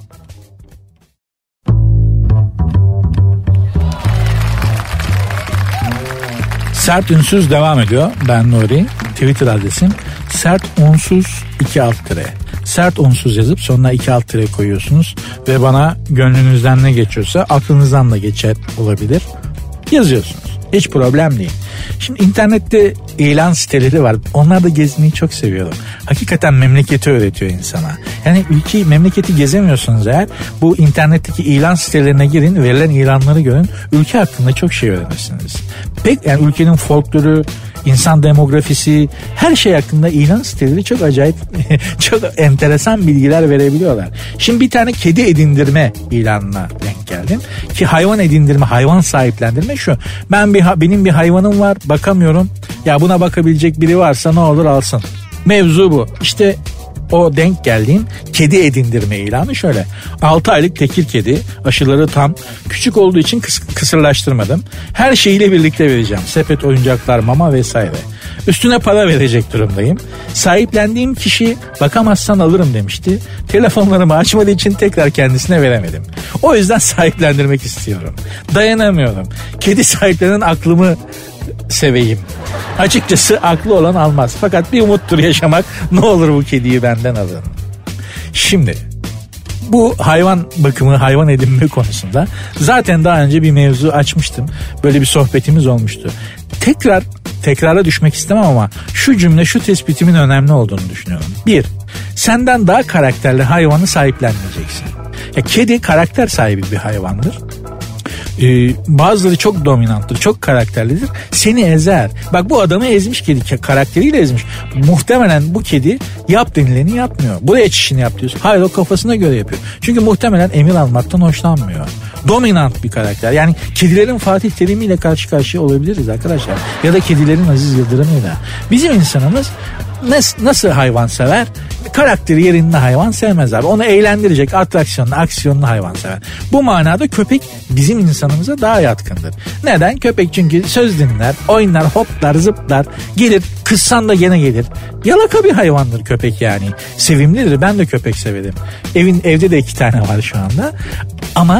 Sert Ünsüz devam ediyor. Ben Nuri. Twitter adresim sert unsuz iki alt tire. Sert unsuz yazıp sonuna iki alt tire koyuyorsunuz ve bana gönlünüzden ne geçiyorsa aklınızdan da geçer olabilir. Yazıyorsunuz. Hiç problem değil. Şimdi internette ilan siteleri var. Onlar da gezmeyi çok seviyorum. Hakikaten memleketi öğretiyor insana. Yani ülkeyi, memleketi gezemiyorsunuz eğer bu internetteki ilan sitelerine girin, verilen ilanları görün. Ülke hakkında çok şey öğrenirsiniz. Pek yani ülkenin folkloru, insan demografisi, her şey hakkında ilan siteleri çok acayip, çok enteresan bilgiler verebiliyorlar. Şimdi bir tane kedi edindirme ilanına denk geldim. Ki hayvan edindirme, hayvan sahiplendirme şu. Ben bir benim bir hayvanım var, bakamıyorum. Ya buna bakabilecek biri varsa ne olur alsın. Mevzu bu. İşte o denk geldiğim kedi edindirme ilanı şöyle. altı aylık tekir kedi, aşıları tam, küçük olduğu için kıs- kısırlaştırmadım. Her şeyiyle birlikte vereceğim. Sepet, oyuncaklar, mama vesaire. Üstüne para verecek durumdayım. Sahiplendiğim kişi bakamazsan alırım demişti. Telefonlarımı açmadığı için tekrar kendisine veremedim. O yüzden sahiplendirmek istiyorum. Dayanamıyorum. Kedi sahiplenen aklımı seveyim. Açıkçası aklı olan almaz. Fakat bir umuttur yaşamak. Ne olur bu kediyi benden alın. Şimdi bu hayvan bakımı, hayvan edinme konusunda zaten daha önce bir mevzu açmıştım. Böyle bir sohbetimiz olmuştu. Tekrar tekrara düşmek istemem ama şu cümle, şu tespitimin önemli olduğunu düşünüyorum. Bir, senden daha karakterli hayvanı sahiplenmeyeceksin. Ya kedi karakter sahibi bir hayvandır. Ee, bazıları çok dominanttır, çok karakterlidir. Seni ezer. Bak bu adamı ezmiş kedi, karakteriyle ezmiş. Muhtemelen bu kedi yap denileni yapmıyor. Buraya çişini yap diyorsun. Hayır, o kafasına göre yapıyor. Çünkü muhtemelen emir almaktan hoşlanmıyor. Dominant bir karakter. Yani kedilerin Fatih Terim ile karşı karşıya olabiliriz arkadaşlar. Ya da kedilerin Aziz Yıldırım'ıyla. Bizim insanımız nasıl, nasıl hayvan sever? Karakteri yerinde hayvan sevmez abi. Onu eğlendirecek, atraksiyonlu, aksiyonlu hayvan sever. Bu manada köpek bizim insanımıza daha yatkındır. Neden? Köpek çünkü söz dinler, oynar, hoplar, zıplar, gelir, kızsan da gene gelir. Yalaka bir hayvandır köpek yani. Sevimlidir. Ben de köpek severim. Evin evde de iki tane var şu anda. Ama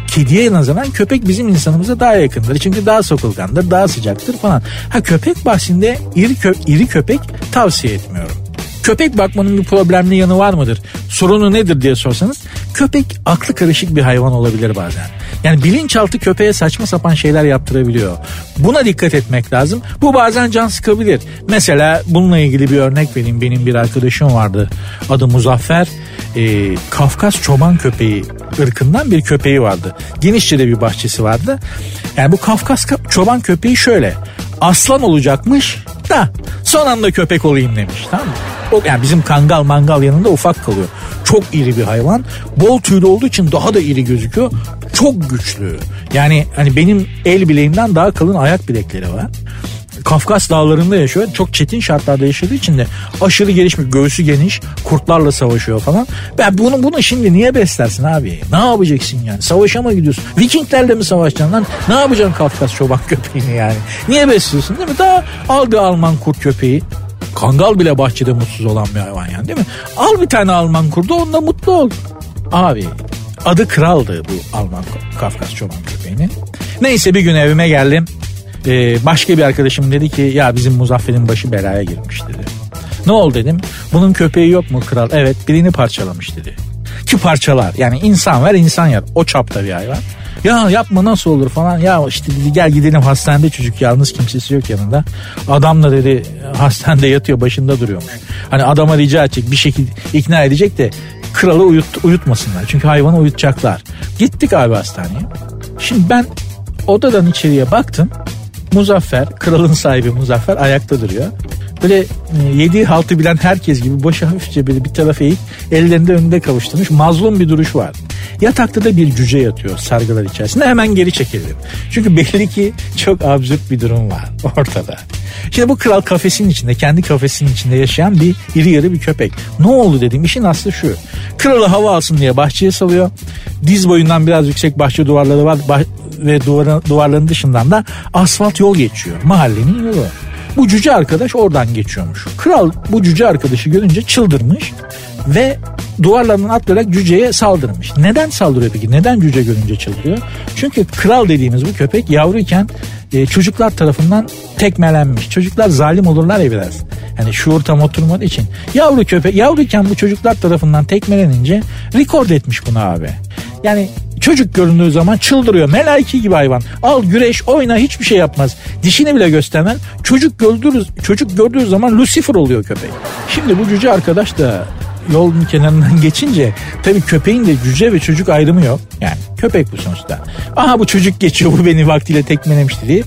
kediye nazaran köpek bizim insanımıza daha yakındır. Çünkü daha sokulgandır, daha sıcaktır falan. Ha köpek bahsinde iri, kö, iri köpek tavsiye etmiyorum. Köpek bakmanın bir problemli yanı var mıdır? Sorunu nedir diye sorsanız köpek aklı karışık bir hayvan olabilir bazen. Yani bilinçaltı köpeğe saçma sapan şeyler yaptırabiliyor. Buna dikkat etmek lazım. Bu bazen can sıkabilir. Mesela bununla ilgili bir örnek vereyim. Benim bir arkadaşım vardı. Adı Muzaffer. Ee, Kafkas çoban köpeği ırkından bir köpeği vardı. Genişçe de bir bahçesi vardı. Yani bu Kafkas çoban köpeği şöyle. Aslan olacakmış da son anda köpek olayım demiş. Tamam mı? O, yani bizim kangal mangal yanında ufak kalıyor. Çok iri bir hayvan. Bol tüylü olduğu için daha da iri gözüküyor. Çok güçlü. Yani hani benim el bileğimden daha kalın ayak bilekleri var. Kafkas dağlarında yaşıyor. Çok çetin şartlarda yaşadığı için de aşırı gelişmiş, göğsü geniş, kurtlarla savaşıyor falan. Ben bunu bunu şimdi niye beslersin abi? Ne yapacaksın yani? Savaşa mı gidiyorsun? Vikinglerle mi savaşacaksın lan? Ne yapacaksın Kafkas çoban köpeğini yani? Niye besliyorsun değil mi? Daha al bir Alman kurt köpeği. Kangal bile bahçede mutsuz olan bir hayvan yani değil mi? Al bir tane Alman kurdu, onunla mutlu ol. Abi adı Kral'dı bu Alman Kafkas çoban köpeğinin. Neyse bir gün evime geldim. Ee, başka bir arkadaşım dedi ki ya bizim Muzaffer'in başı belaya girmiş dedi. Ne oldu dedim. Bunun köpeği yok mu Kral? Evet, birini parçalamış dedi. Ki parçalar yani insan ver insan yer. O çapta bir hayvan. Ya yapma nasıl olur falan. Ya işte dedi gel gidelim hastanede, çocuk yalnız, kimsesi yok yanında. Adam da dedi hastanede yatıyor, başında duruyormuş. Hani adama rica edecek, bir şekilde ikna edecek de kralı uyut, uyutmasınlar. Çünkü hayvanı uyutacaklar. Gittik abi hastaneye. Şimdi ben odadan içeriye baktım. Muzaffer, kralın sahibi Muzaffer ayakta duruyor. Böyle yediği haltı bilen herkes gibi başı hafifçe böyle bir tarafa eğik, ellerinde önünde kavuşturmuş, mazlum bir duruş var. Yatakta da bir cüce yatıyor sargılar içerisinde. Hemen geri çekildim. Çünkü belli ki çok absürt bir durum var ortada. Şimdi bu kral kafesinin içinde, kendi kafesinin içinde yaşayan bir iri yarı bir köpek. Ne oldu dedim, işin aslı şu. Kralı hava alsın diye bahçeye salıyor. Diz boyundan biraz yüksek bahçe duvarları var bah- ve duvarın, duvarların dışından da asfalt yol geçiyor. Mahallenin yolu. Bu cüce arkadaş oradan geçiyormuş. Kral bu cüce arkadaşı görünce çıldırmış ve duvarlarından atlayarak cüceye saldırmış. Neden saldırıyor peki? Neden cüce görünce çıldırıyor? Çünkü kral dediğimiz bu köpek yavruyken e, çocuklar tarafından tekmelenmiş. Çocuklar zalim olurlar ya biraz. Yani şuur tam oturmadığı için. Yavru köpek, yavruyken bu çocuklar tarafından tekmelenince rekord etmiş bunu abi. Yani çocuk göründüğü zaman çıldırıyor. Melaike gibi hayvan. Al güreş, oyna, hiçbir şey yapmaz. Dişini bile göstermez. Çocuk gördüğü, çocuk gördüğü zaman Lucifer oluyor köpek. Şimdi bu cüce arkadaş da yolun kenarından geçince tabii köpeğin de cüce ve çocuk ayrımı yok. Yani köpek bu sonuçta. Aha bu çocuk geçiyor, bu beni vaktiyle tekmelemişti diye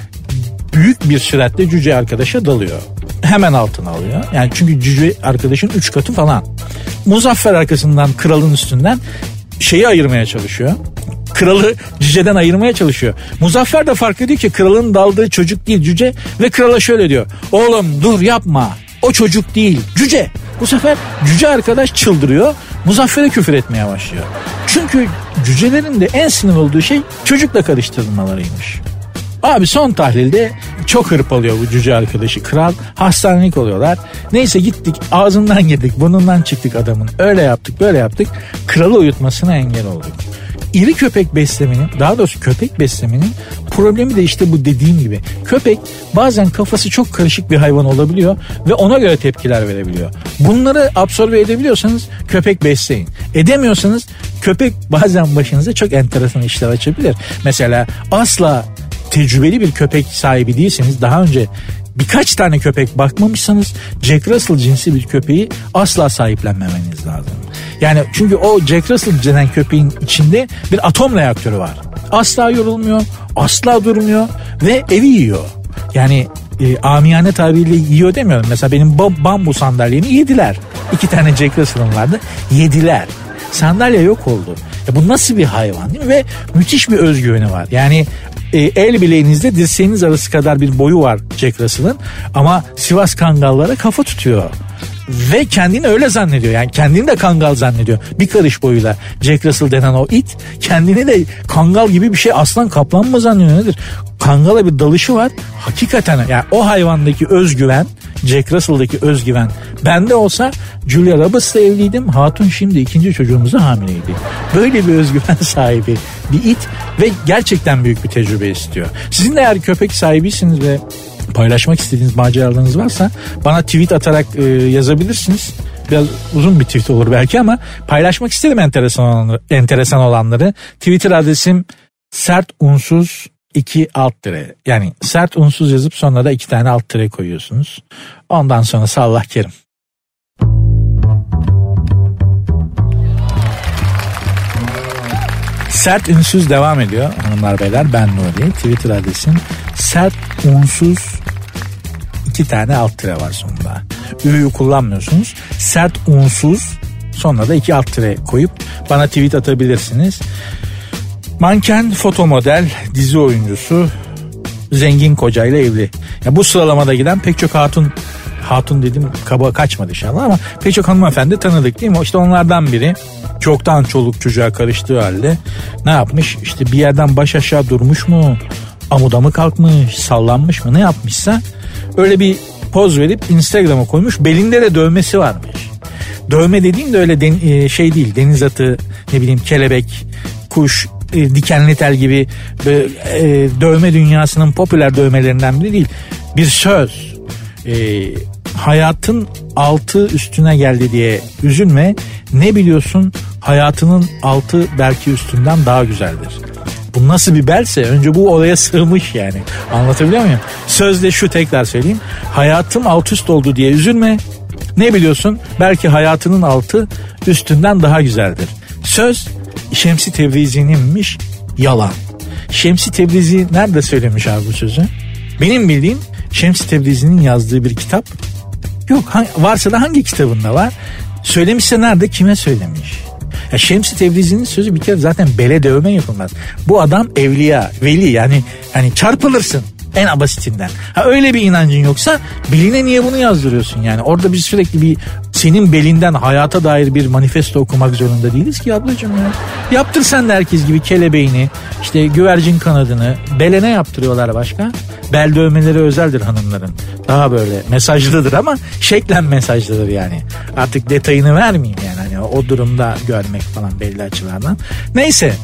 büyük bir süratle cüce arkadaşa dalıyor. Hemen altına alıyor. Yani çünkü cüce arkadaşın üç katı falan. Muzaffer arkasından, kralın üstünden şeyi ayırmaya çalışıyor. Kralı cüceden ayırmaya çalışıyor. Muzaffer de fark ediyor ki kralın daldığı çocuk değil cüce ve krala şöyle diyor. Oğlum dur yapma. O çocuk değil cüce. Bu sefer cüce arkadaş çıldırıyor. Muzaffer'e küfür etmeye başlıyor. Çünkü cücelerin de en sinir olduğu şey çocukla karıştırılmalarıymış. Abi son tahlilde çok hırpalıyor bu cüce arkadaşı kral. Hastanelik oluyorlar. Neyse gittik, ağzından girdik, burnundan çıktık adamın. Öyle yaptık, böyle yaptık. Kralı uyutmasına engel olduk. İri köpek beslemenin, daha doğrusu köpek beslemenin problemi de işte bu dediğim gibi. Köpek bazen kafası çok karışık bir hayvan olabiliyor ve ona göre tepkiler verebiliyor. Bunları absorbe edebiliyorsanız köpek besleyin. Edemiyorsanız köpek bazen başınıza çok enteresan işler açabilir. Mesela asla tecrübeli bir köpek sahibi değilseniz, daha önce birkaç tane köpek bakmamışsanız Jack Russell cinsi bir köpeği asla sahiplenmemeniz lazım. Yani çünkü o Jack Russell denen köpeğin içinde bir atom reaktörü var. Asla yorulmuyor, asla durmuyor ve evi yiyor. Yani e, amiyane tabiriyle yiyor demiyorum. Mesela benim bambu sandalyemi yediler. İki tane Jack Russell'ım vardı, yediler. Sandalye yok oldu. Ya bu nasıl bir hayvan değil mi? Ve müthiş bir özgüveni var. Yani e, el bileğinizde dirseğiniz arası kadar bir boyu var Jack Russell'ın. Ama Sivas Kangallara kafa tutuyor. Ve kendini öyle zannediyor. Yani kendini de kangal zannediyor. Bir karış boyuyla Jack Russell denen o it kendini de kangal gibi bir şey, aslan kaplan mı zannediyor nedir? Kangala bir dalışı var. Hakikaten yani o hayvandaki özgüven, Jack Russell'daki özgüven bende olsa Julia Roberts'la evliydim. Hatun şimdi ikinci çocuğumuza hamileydi. Böyle bir özgüven sahibi bir it ve gerçekten büyük bir tecrübe istiyor. Sizin de eğer köpek sahibiyseniz ve paylaşmak istediğiniz maceralarınız varsa bana tweet atarak e, yazabilirsiniz. Biraz uzun bir tweet olur belki ama paylaşmak isterim enteresan olanları. Enteresan olanları. Twitter adresim sert unsuz iki alt tire. Yani sert unsuz yazıp sonra da iki tane alt tire koyuyorsunuz. Ondan sonra sallah kerim. Sert unsuz devam ediyor hanımlar beyler. Ben Nuri. Twitter adresim sert unsuz iki tane alt tire var sonunda. Ü'yü kullanmıyorsunuz. Sert unsuz sonra da iki alt tire koyup bana tweet atabilirsiniz. Manken, foto model, dizi oyuncusu, zengin kocayla evli. Ya bu sıralamada giden pek çok hatun, hatun dedim kaba kaçmadı inşallah ama pek çok hanımefendi tanıdık değil mi? İşte onlardan biri çoktan çoluk çocuğa karıştığı halde ne yapmış? İşte bir yerden baş aşağı durmuş mu? Amuda mı kalkmış? Sallanmış mı? Ne yapmışsa öyle bir poz verip Instagram'a koymuş. Belinde de dövmesi varmış. Dövme dediğim de öyle den, şey değil. Deniz atı, ne bileyim kelebek, kuş, dikenli tel gibi e, dövme dünyasının popüler dövmelerinden biri değil. Bir söz. E, hayatın altı üstüne geldi diye üzülme. Ne biliyorsun? Hayatının altı belki üstünden daha güzeldir. Bu nasıl bir belse önce bu olaya sığmış yani. Anlatabiliyor muyum? Sözde şu, tekrar söyleyeyim. Hayatım alt üst oldu diye üzülme. Ne biliyorsun? Belki hayatının altı üstünden daha güzeldir. Söz Şemsi Tebrizi'ninmiş, yalan. Şemsi Tebrizi nerede söylemiş abi bu sözü? Benim bildiğim Şemsi Tebrizi'nin yazdığı bir kitap yok. Varsa da hangi kitabında var? Söylemişse nerede, kime söylemiş? Ya Şemsi Tebrizi'nin sözü bir kere zaten bele dövme yapılmaz. Bu adam evliya, veli, yani hani çarpılırsın en basitinden. Ha öyle bir inancın yoksa beline niye bunu yazdırıyorsun yani? Orada biz sürekli bir senin belinden hayata dair bir manifesto okumak zorunda değiliz ki ablacığım ya. Yaptır sen de herkes gibi kelebeğini, işte güvercin kanadını, belene yaptırıyorlar başka. Bel dövmeleri özeldir hanımların. Daha böyle mesajlıdır ama şeklen mesajlıdır yani. Artık detayını vermeyeyim yani hani o durumda görmek falan belli açılardan. Neyse.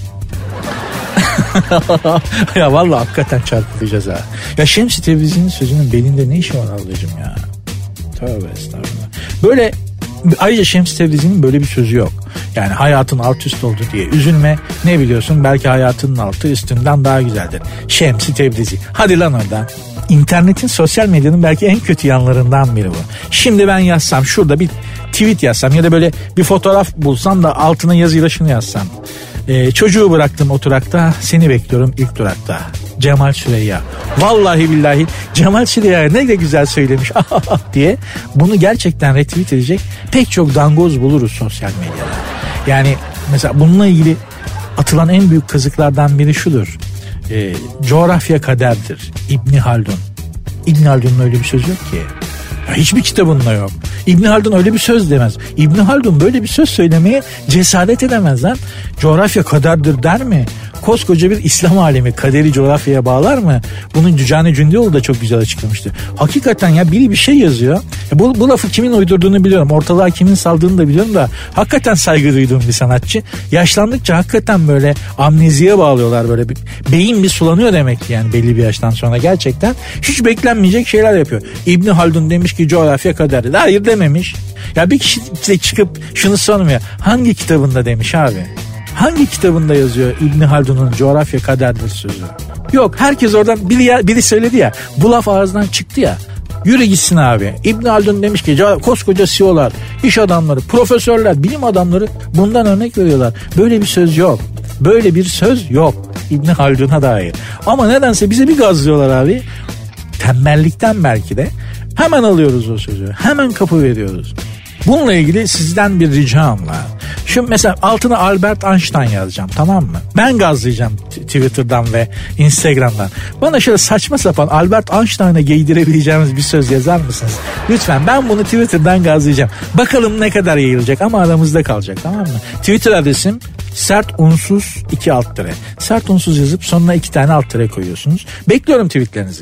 Ya vallahi hakikaten çarpılacağız ha. Ya Şemsi Tebrizi'nin sözünün belinde ne işi var ablacığım ya? Tövbe estağfurullah. Böyle ayrıca Şemsi Tebrizi'nin böyle bir sözü yok. Yani hayatın alt üst oldu diye üzülme. Ne biliyorsun? Belki hayatının altı üstünden daha güzeldir. Şemsi Tebrizi. Hadi lan oradan. İnternetin, sosyal medyanın belki en kötü yanlarından biri bu. Şimdi ben yazsam, şurada bir tweet yazsam ya da böyle bir fotoğraf bulsam da altına yazıyla şunu yazsam. Ee, çocuğu bıraktım oturakta, seni bekliyorum ilk durakta. Cemal Süreyya. Vallahi billahi Cemal Süreyya ne de güzel söylemiş diye bunu gerçekten retweet edecek pek çok dangoz buluruz sosyal medyada. Yani mesela bununla ilgili atılan en büyük kazıklardan biri şudur. Ee, coğrafya kaderdir. İbni Haldun. İbni Haldun'un öyle bir söz yok ki. Ya hiçbir kitabında yok. İbni Haldun öyle bir söz demez. İbni Haldun böyle bir söz söylemeye cesaret edemez lan. Coğrafya kaderdir der mi? Koskoca bir İslam alemi kaderi coğrafyaya bağlar mı? Bunun Cücane Cündioğlu da çok güzel açıklamıştı. Hakikaten ya biri bir şey yazıyor. Ya bu, bu lafı kimin uydurduğunu biliyorum. Ortalığa kimin saldığını da biliyorum da hakikaten saygı duyduğum bir sanatçı. Yaşlandıkça hakikaten böyle amneziye bağlıyorlar böyle. Bir, beyin bir sulanıyor demek ki yani belli bir yaştan sonra gerçekten. Hiç beklenmeyecek şeyler yapıyor. İbni Haldun demiş ki coğrafya kaderdir. Hayır dememiş. Ya bir kişi de çıkıp şunu sormuyor. Hangi kitabında demiş abi? Hangi kitabında yazıyor İbni Haldun'un coğrafya kaderdir sözü? Yok, herkes oradan biri, ya, biri söyledi ya, bu laf ağzından çıktı ya. Yürü gitsin abi. İbni Haldun demiş ki koskoca C E O'lar, iş adamları, profesörler, bilim adamları bundan örnek veriyorlar. Böyle bir söz yok. Böyle bir söz yok İbni Haldun'a dair. Ama nedense bize bir gazlıyorlar abi. Tembellikten belki de hemen alıyoruz o sözü. Hemen kapı veriyoruz. Bununla ilgili sizden bir ricam var. Şu mesela altına Albert Einstein yazacağım, tamam mı? Ben gazlayacağım t- Twitter'dan ve Instagram'dan. Bana şöyle saçma sapan Albert Einstein'a giydirebileceğimiz bir söz yazar mısınız? Lütfen, ben bunu Twitter'dan gazlayacağım. Bakalım ne kadar yayılacak ama aramızda kalacak, tamam mı? Twitter adresim sert unsuz iki alt tire. Sert unsuz yazıp sonuna iki tane alt tire koyuyorsunuz. Bekliyorum tweetlerinizi.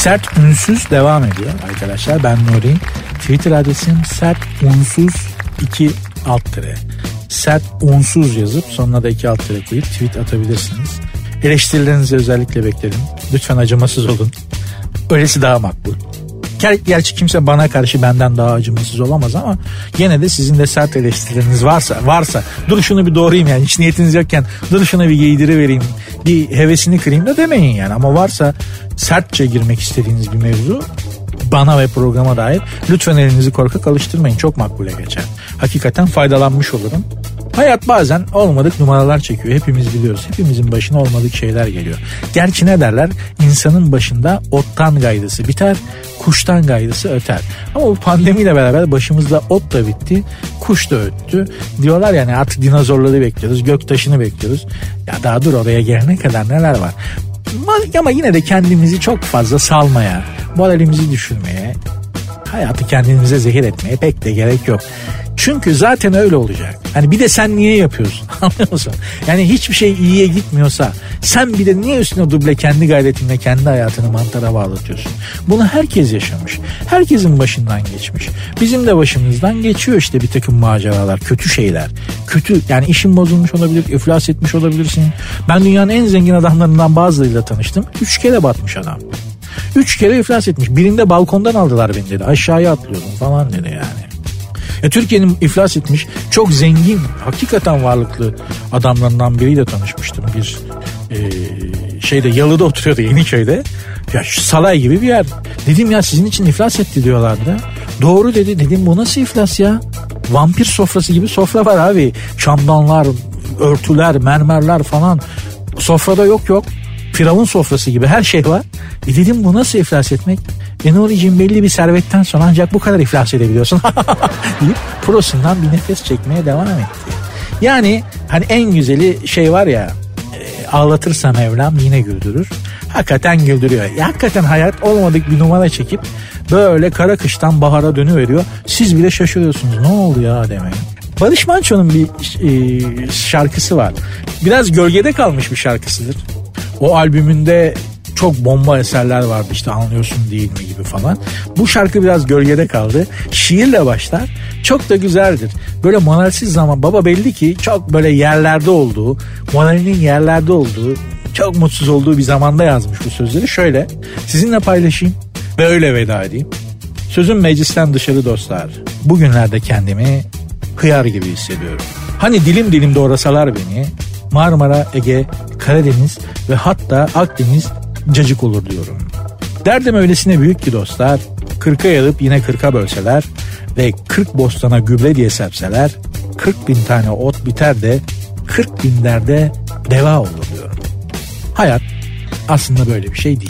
Sert Ünsüz devam ediyor arkadaşlar. Ben Nuri. Twitter adresim sert unsuz iki alt tire. Sert unsuz yazıp sonuna da iki alt tire koyup tweet atabilirsiniz. Eleştirilerinizi özellikle beklerim. Lütfen acımasız olun. Öylesi daha makbul. Ger- Gerçi kimse bana karşı benden daha acımasız olamaz ama gene de sizin de sert eleştirileriniz varsa varsa dur şunu bir doğrayayım yani hiç niyetiniz yokken dur şuna bir giydiri vereyim bir hevesini kırayım da demeyin yani ama varsa sertçe girmek istediğiniz bir mevzu bana ve programa dair lütfen elinizi korkak alıştırmayın, çok makbule geçer. Hakikaten faydalanmış olurum. Hayat bazen olmadık numaralar çekiyor. Hepimiz biliyoruz. Hepimizin başına olmadık şeyler geliyor. Gerçi ne derler? İnsanın başında ottan gaydası biter, kuştan gaydası öter. Ama bu pandemiyle beraber başımızda ot da bitti, kuş da öttü. Diyorlar yani artık dinozorları bekliyoruz, göktaşını bekliyoruz. Ya daha dur oraya gelene kadar neler var. Ama yine de kendimizi çok fazla salmaya, moralimizi düşürmeye, hayatı kendimize zehir etmeye pek de gerek yok. Çünkü zaten öyle olacak. Hani bir de sen niye yapıyorsun? Anlıyor musun? Yani hiçbir şey iyiye gitmiyorsa sen bir de niye üstüne duble kendi gayretinle kendi hayatını mantara bağlatıyorsun? Bunu herkes yaşamış. Herkesin başından geçmiş. Bizim de başımızdan geçiyor işte bir takım maceralar, kötü şeyler. Kötü yani işin bozulmuş olabilir, iflas etmiş olabilirsin. Ben dünyanın en zengin adamlarından bazılarıyla tanıştım. Üç kere batmış adam. Üç kere iflas etmiş. Birinde balkondan aldılar beni dedi. Aşağıya atlıyordum falan dedi yani. E, Türkiye'nin iflas etmiş çok zengin hakikaten varlıklı adamlarından biriyle tanışmıştım. Bir e, şeyde Yalı'da oturuyordu, Yeniköy'de. Ya şu Salay gibi bir yer. Dedim ya sizin için iflas etti diyorlardı. Doğru dedi. Dedim bu nasıl iflas ya? Vampir sofrası gibi sofra var abi. Çamdanlar, örtüler, mermerler falan. Sofrada yok yok. Firavun sofrası gibi her şey var. E dedim bu nasıl iflas etmek? E Nuri'cim belli bir servetten sonra ancak bu kadar iflas edebiliyorsun. deyip prosundan bir nefes çekmeye devam etti. Yani hani en güzeli şey var ya, e, ağlatırsa Mevlam yine güldürür. Hakikaten güldürüyor. Ya, hakikaten hayat olmadık bir numara çekip böyle kara kıştan bahara dönüveriyor. Siz bile şaşırıyorsunuz. Ne oldu ya demeye. Barış Manço'nun bir e, şarkısı var. Biraz gölgede kalmış bir şarkısıdır. O albümünde çok bomba eserler vardı işte anlıyorsun değil mi gibi falan. Bu şarkı biraz gölgede kaldı. Şiirle başlar. Çok da güzeldir. Böyle moralsiz zaman baba belli ki çok böyle yerlerde olduğu, moralinin yerlerde olduğu, çok mutsuz olduğu bir zamanda yazmış bu sözleri. Şöyle sizinle paylaşayım ve öyle veda edeyim. Sözüm meclisten dışarı dostlar. Bugünlerde kendimi hıyar gibi hissediyorum. Hani dilim dilim doğrasalar beni Marmara, Ege, Karadeniz ve hatta Akdeniz cacık olur diyorum. Derdim öylesine büyük ki dostlar, kırka yarıp yine kırka bölseler ve kırk bostana gübre diye serpseler, kırk bin tane ot biter de kırk bin derde deva olur diyorum. Hayat aslında böyle bir şey değil.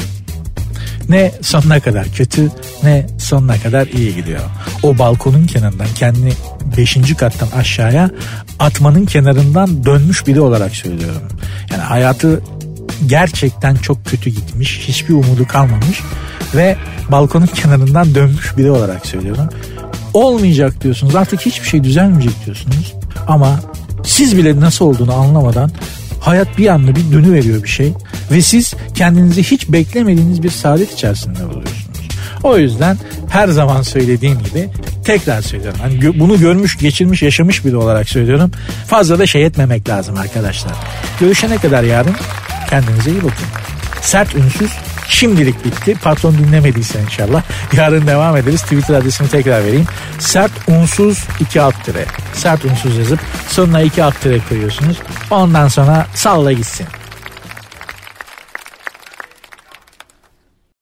Ne sonuna kadar kötü ne sonuna kadar iyi gidiyor. O balkonun kenarından kendini beşinci kattan aşağıya atmanın kenarından dönmüş biri olarak söylüyorum. Yani hayatı gerçekten çok kötü gitmiş, hiçbir umudu kalmamış ve balkonun kenarından dönmüş biri olarak söylüyorum. Olmayacak diyorsunuz, artık hiçbir şey düzelmeyecek diyorsunuz ama siz bile nasıl olduğunu anlamadan hayat bir anda bir dönüveriyor bir şey ve siz kendinizi hiç beklemediğiniz bir saadet içerisinde buluyorsunuz. O yüzden her zaman söylediğim gibi tekrar söylüyorum. Hani bunu görmüş, geçirmiş, yaşamış biri olarak söylüyorum. Fazla da şey etmemek lazım arkadaşlar. Görüşene kadar yarın kendinize iyi bakın. Sert Ünsüz şimdilik bitti. Patron dinlemediyse inşallah yarın devam ederiz. Twitter adresini tekrar vereyim. Sert Unsuz iki alt tire. Sert Unsuz yazıp sonuna iki alt tire koyuyorsunuz. Ondan sonra salla gitsin.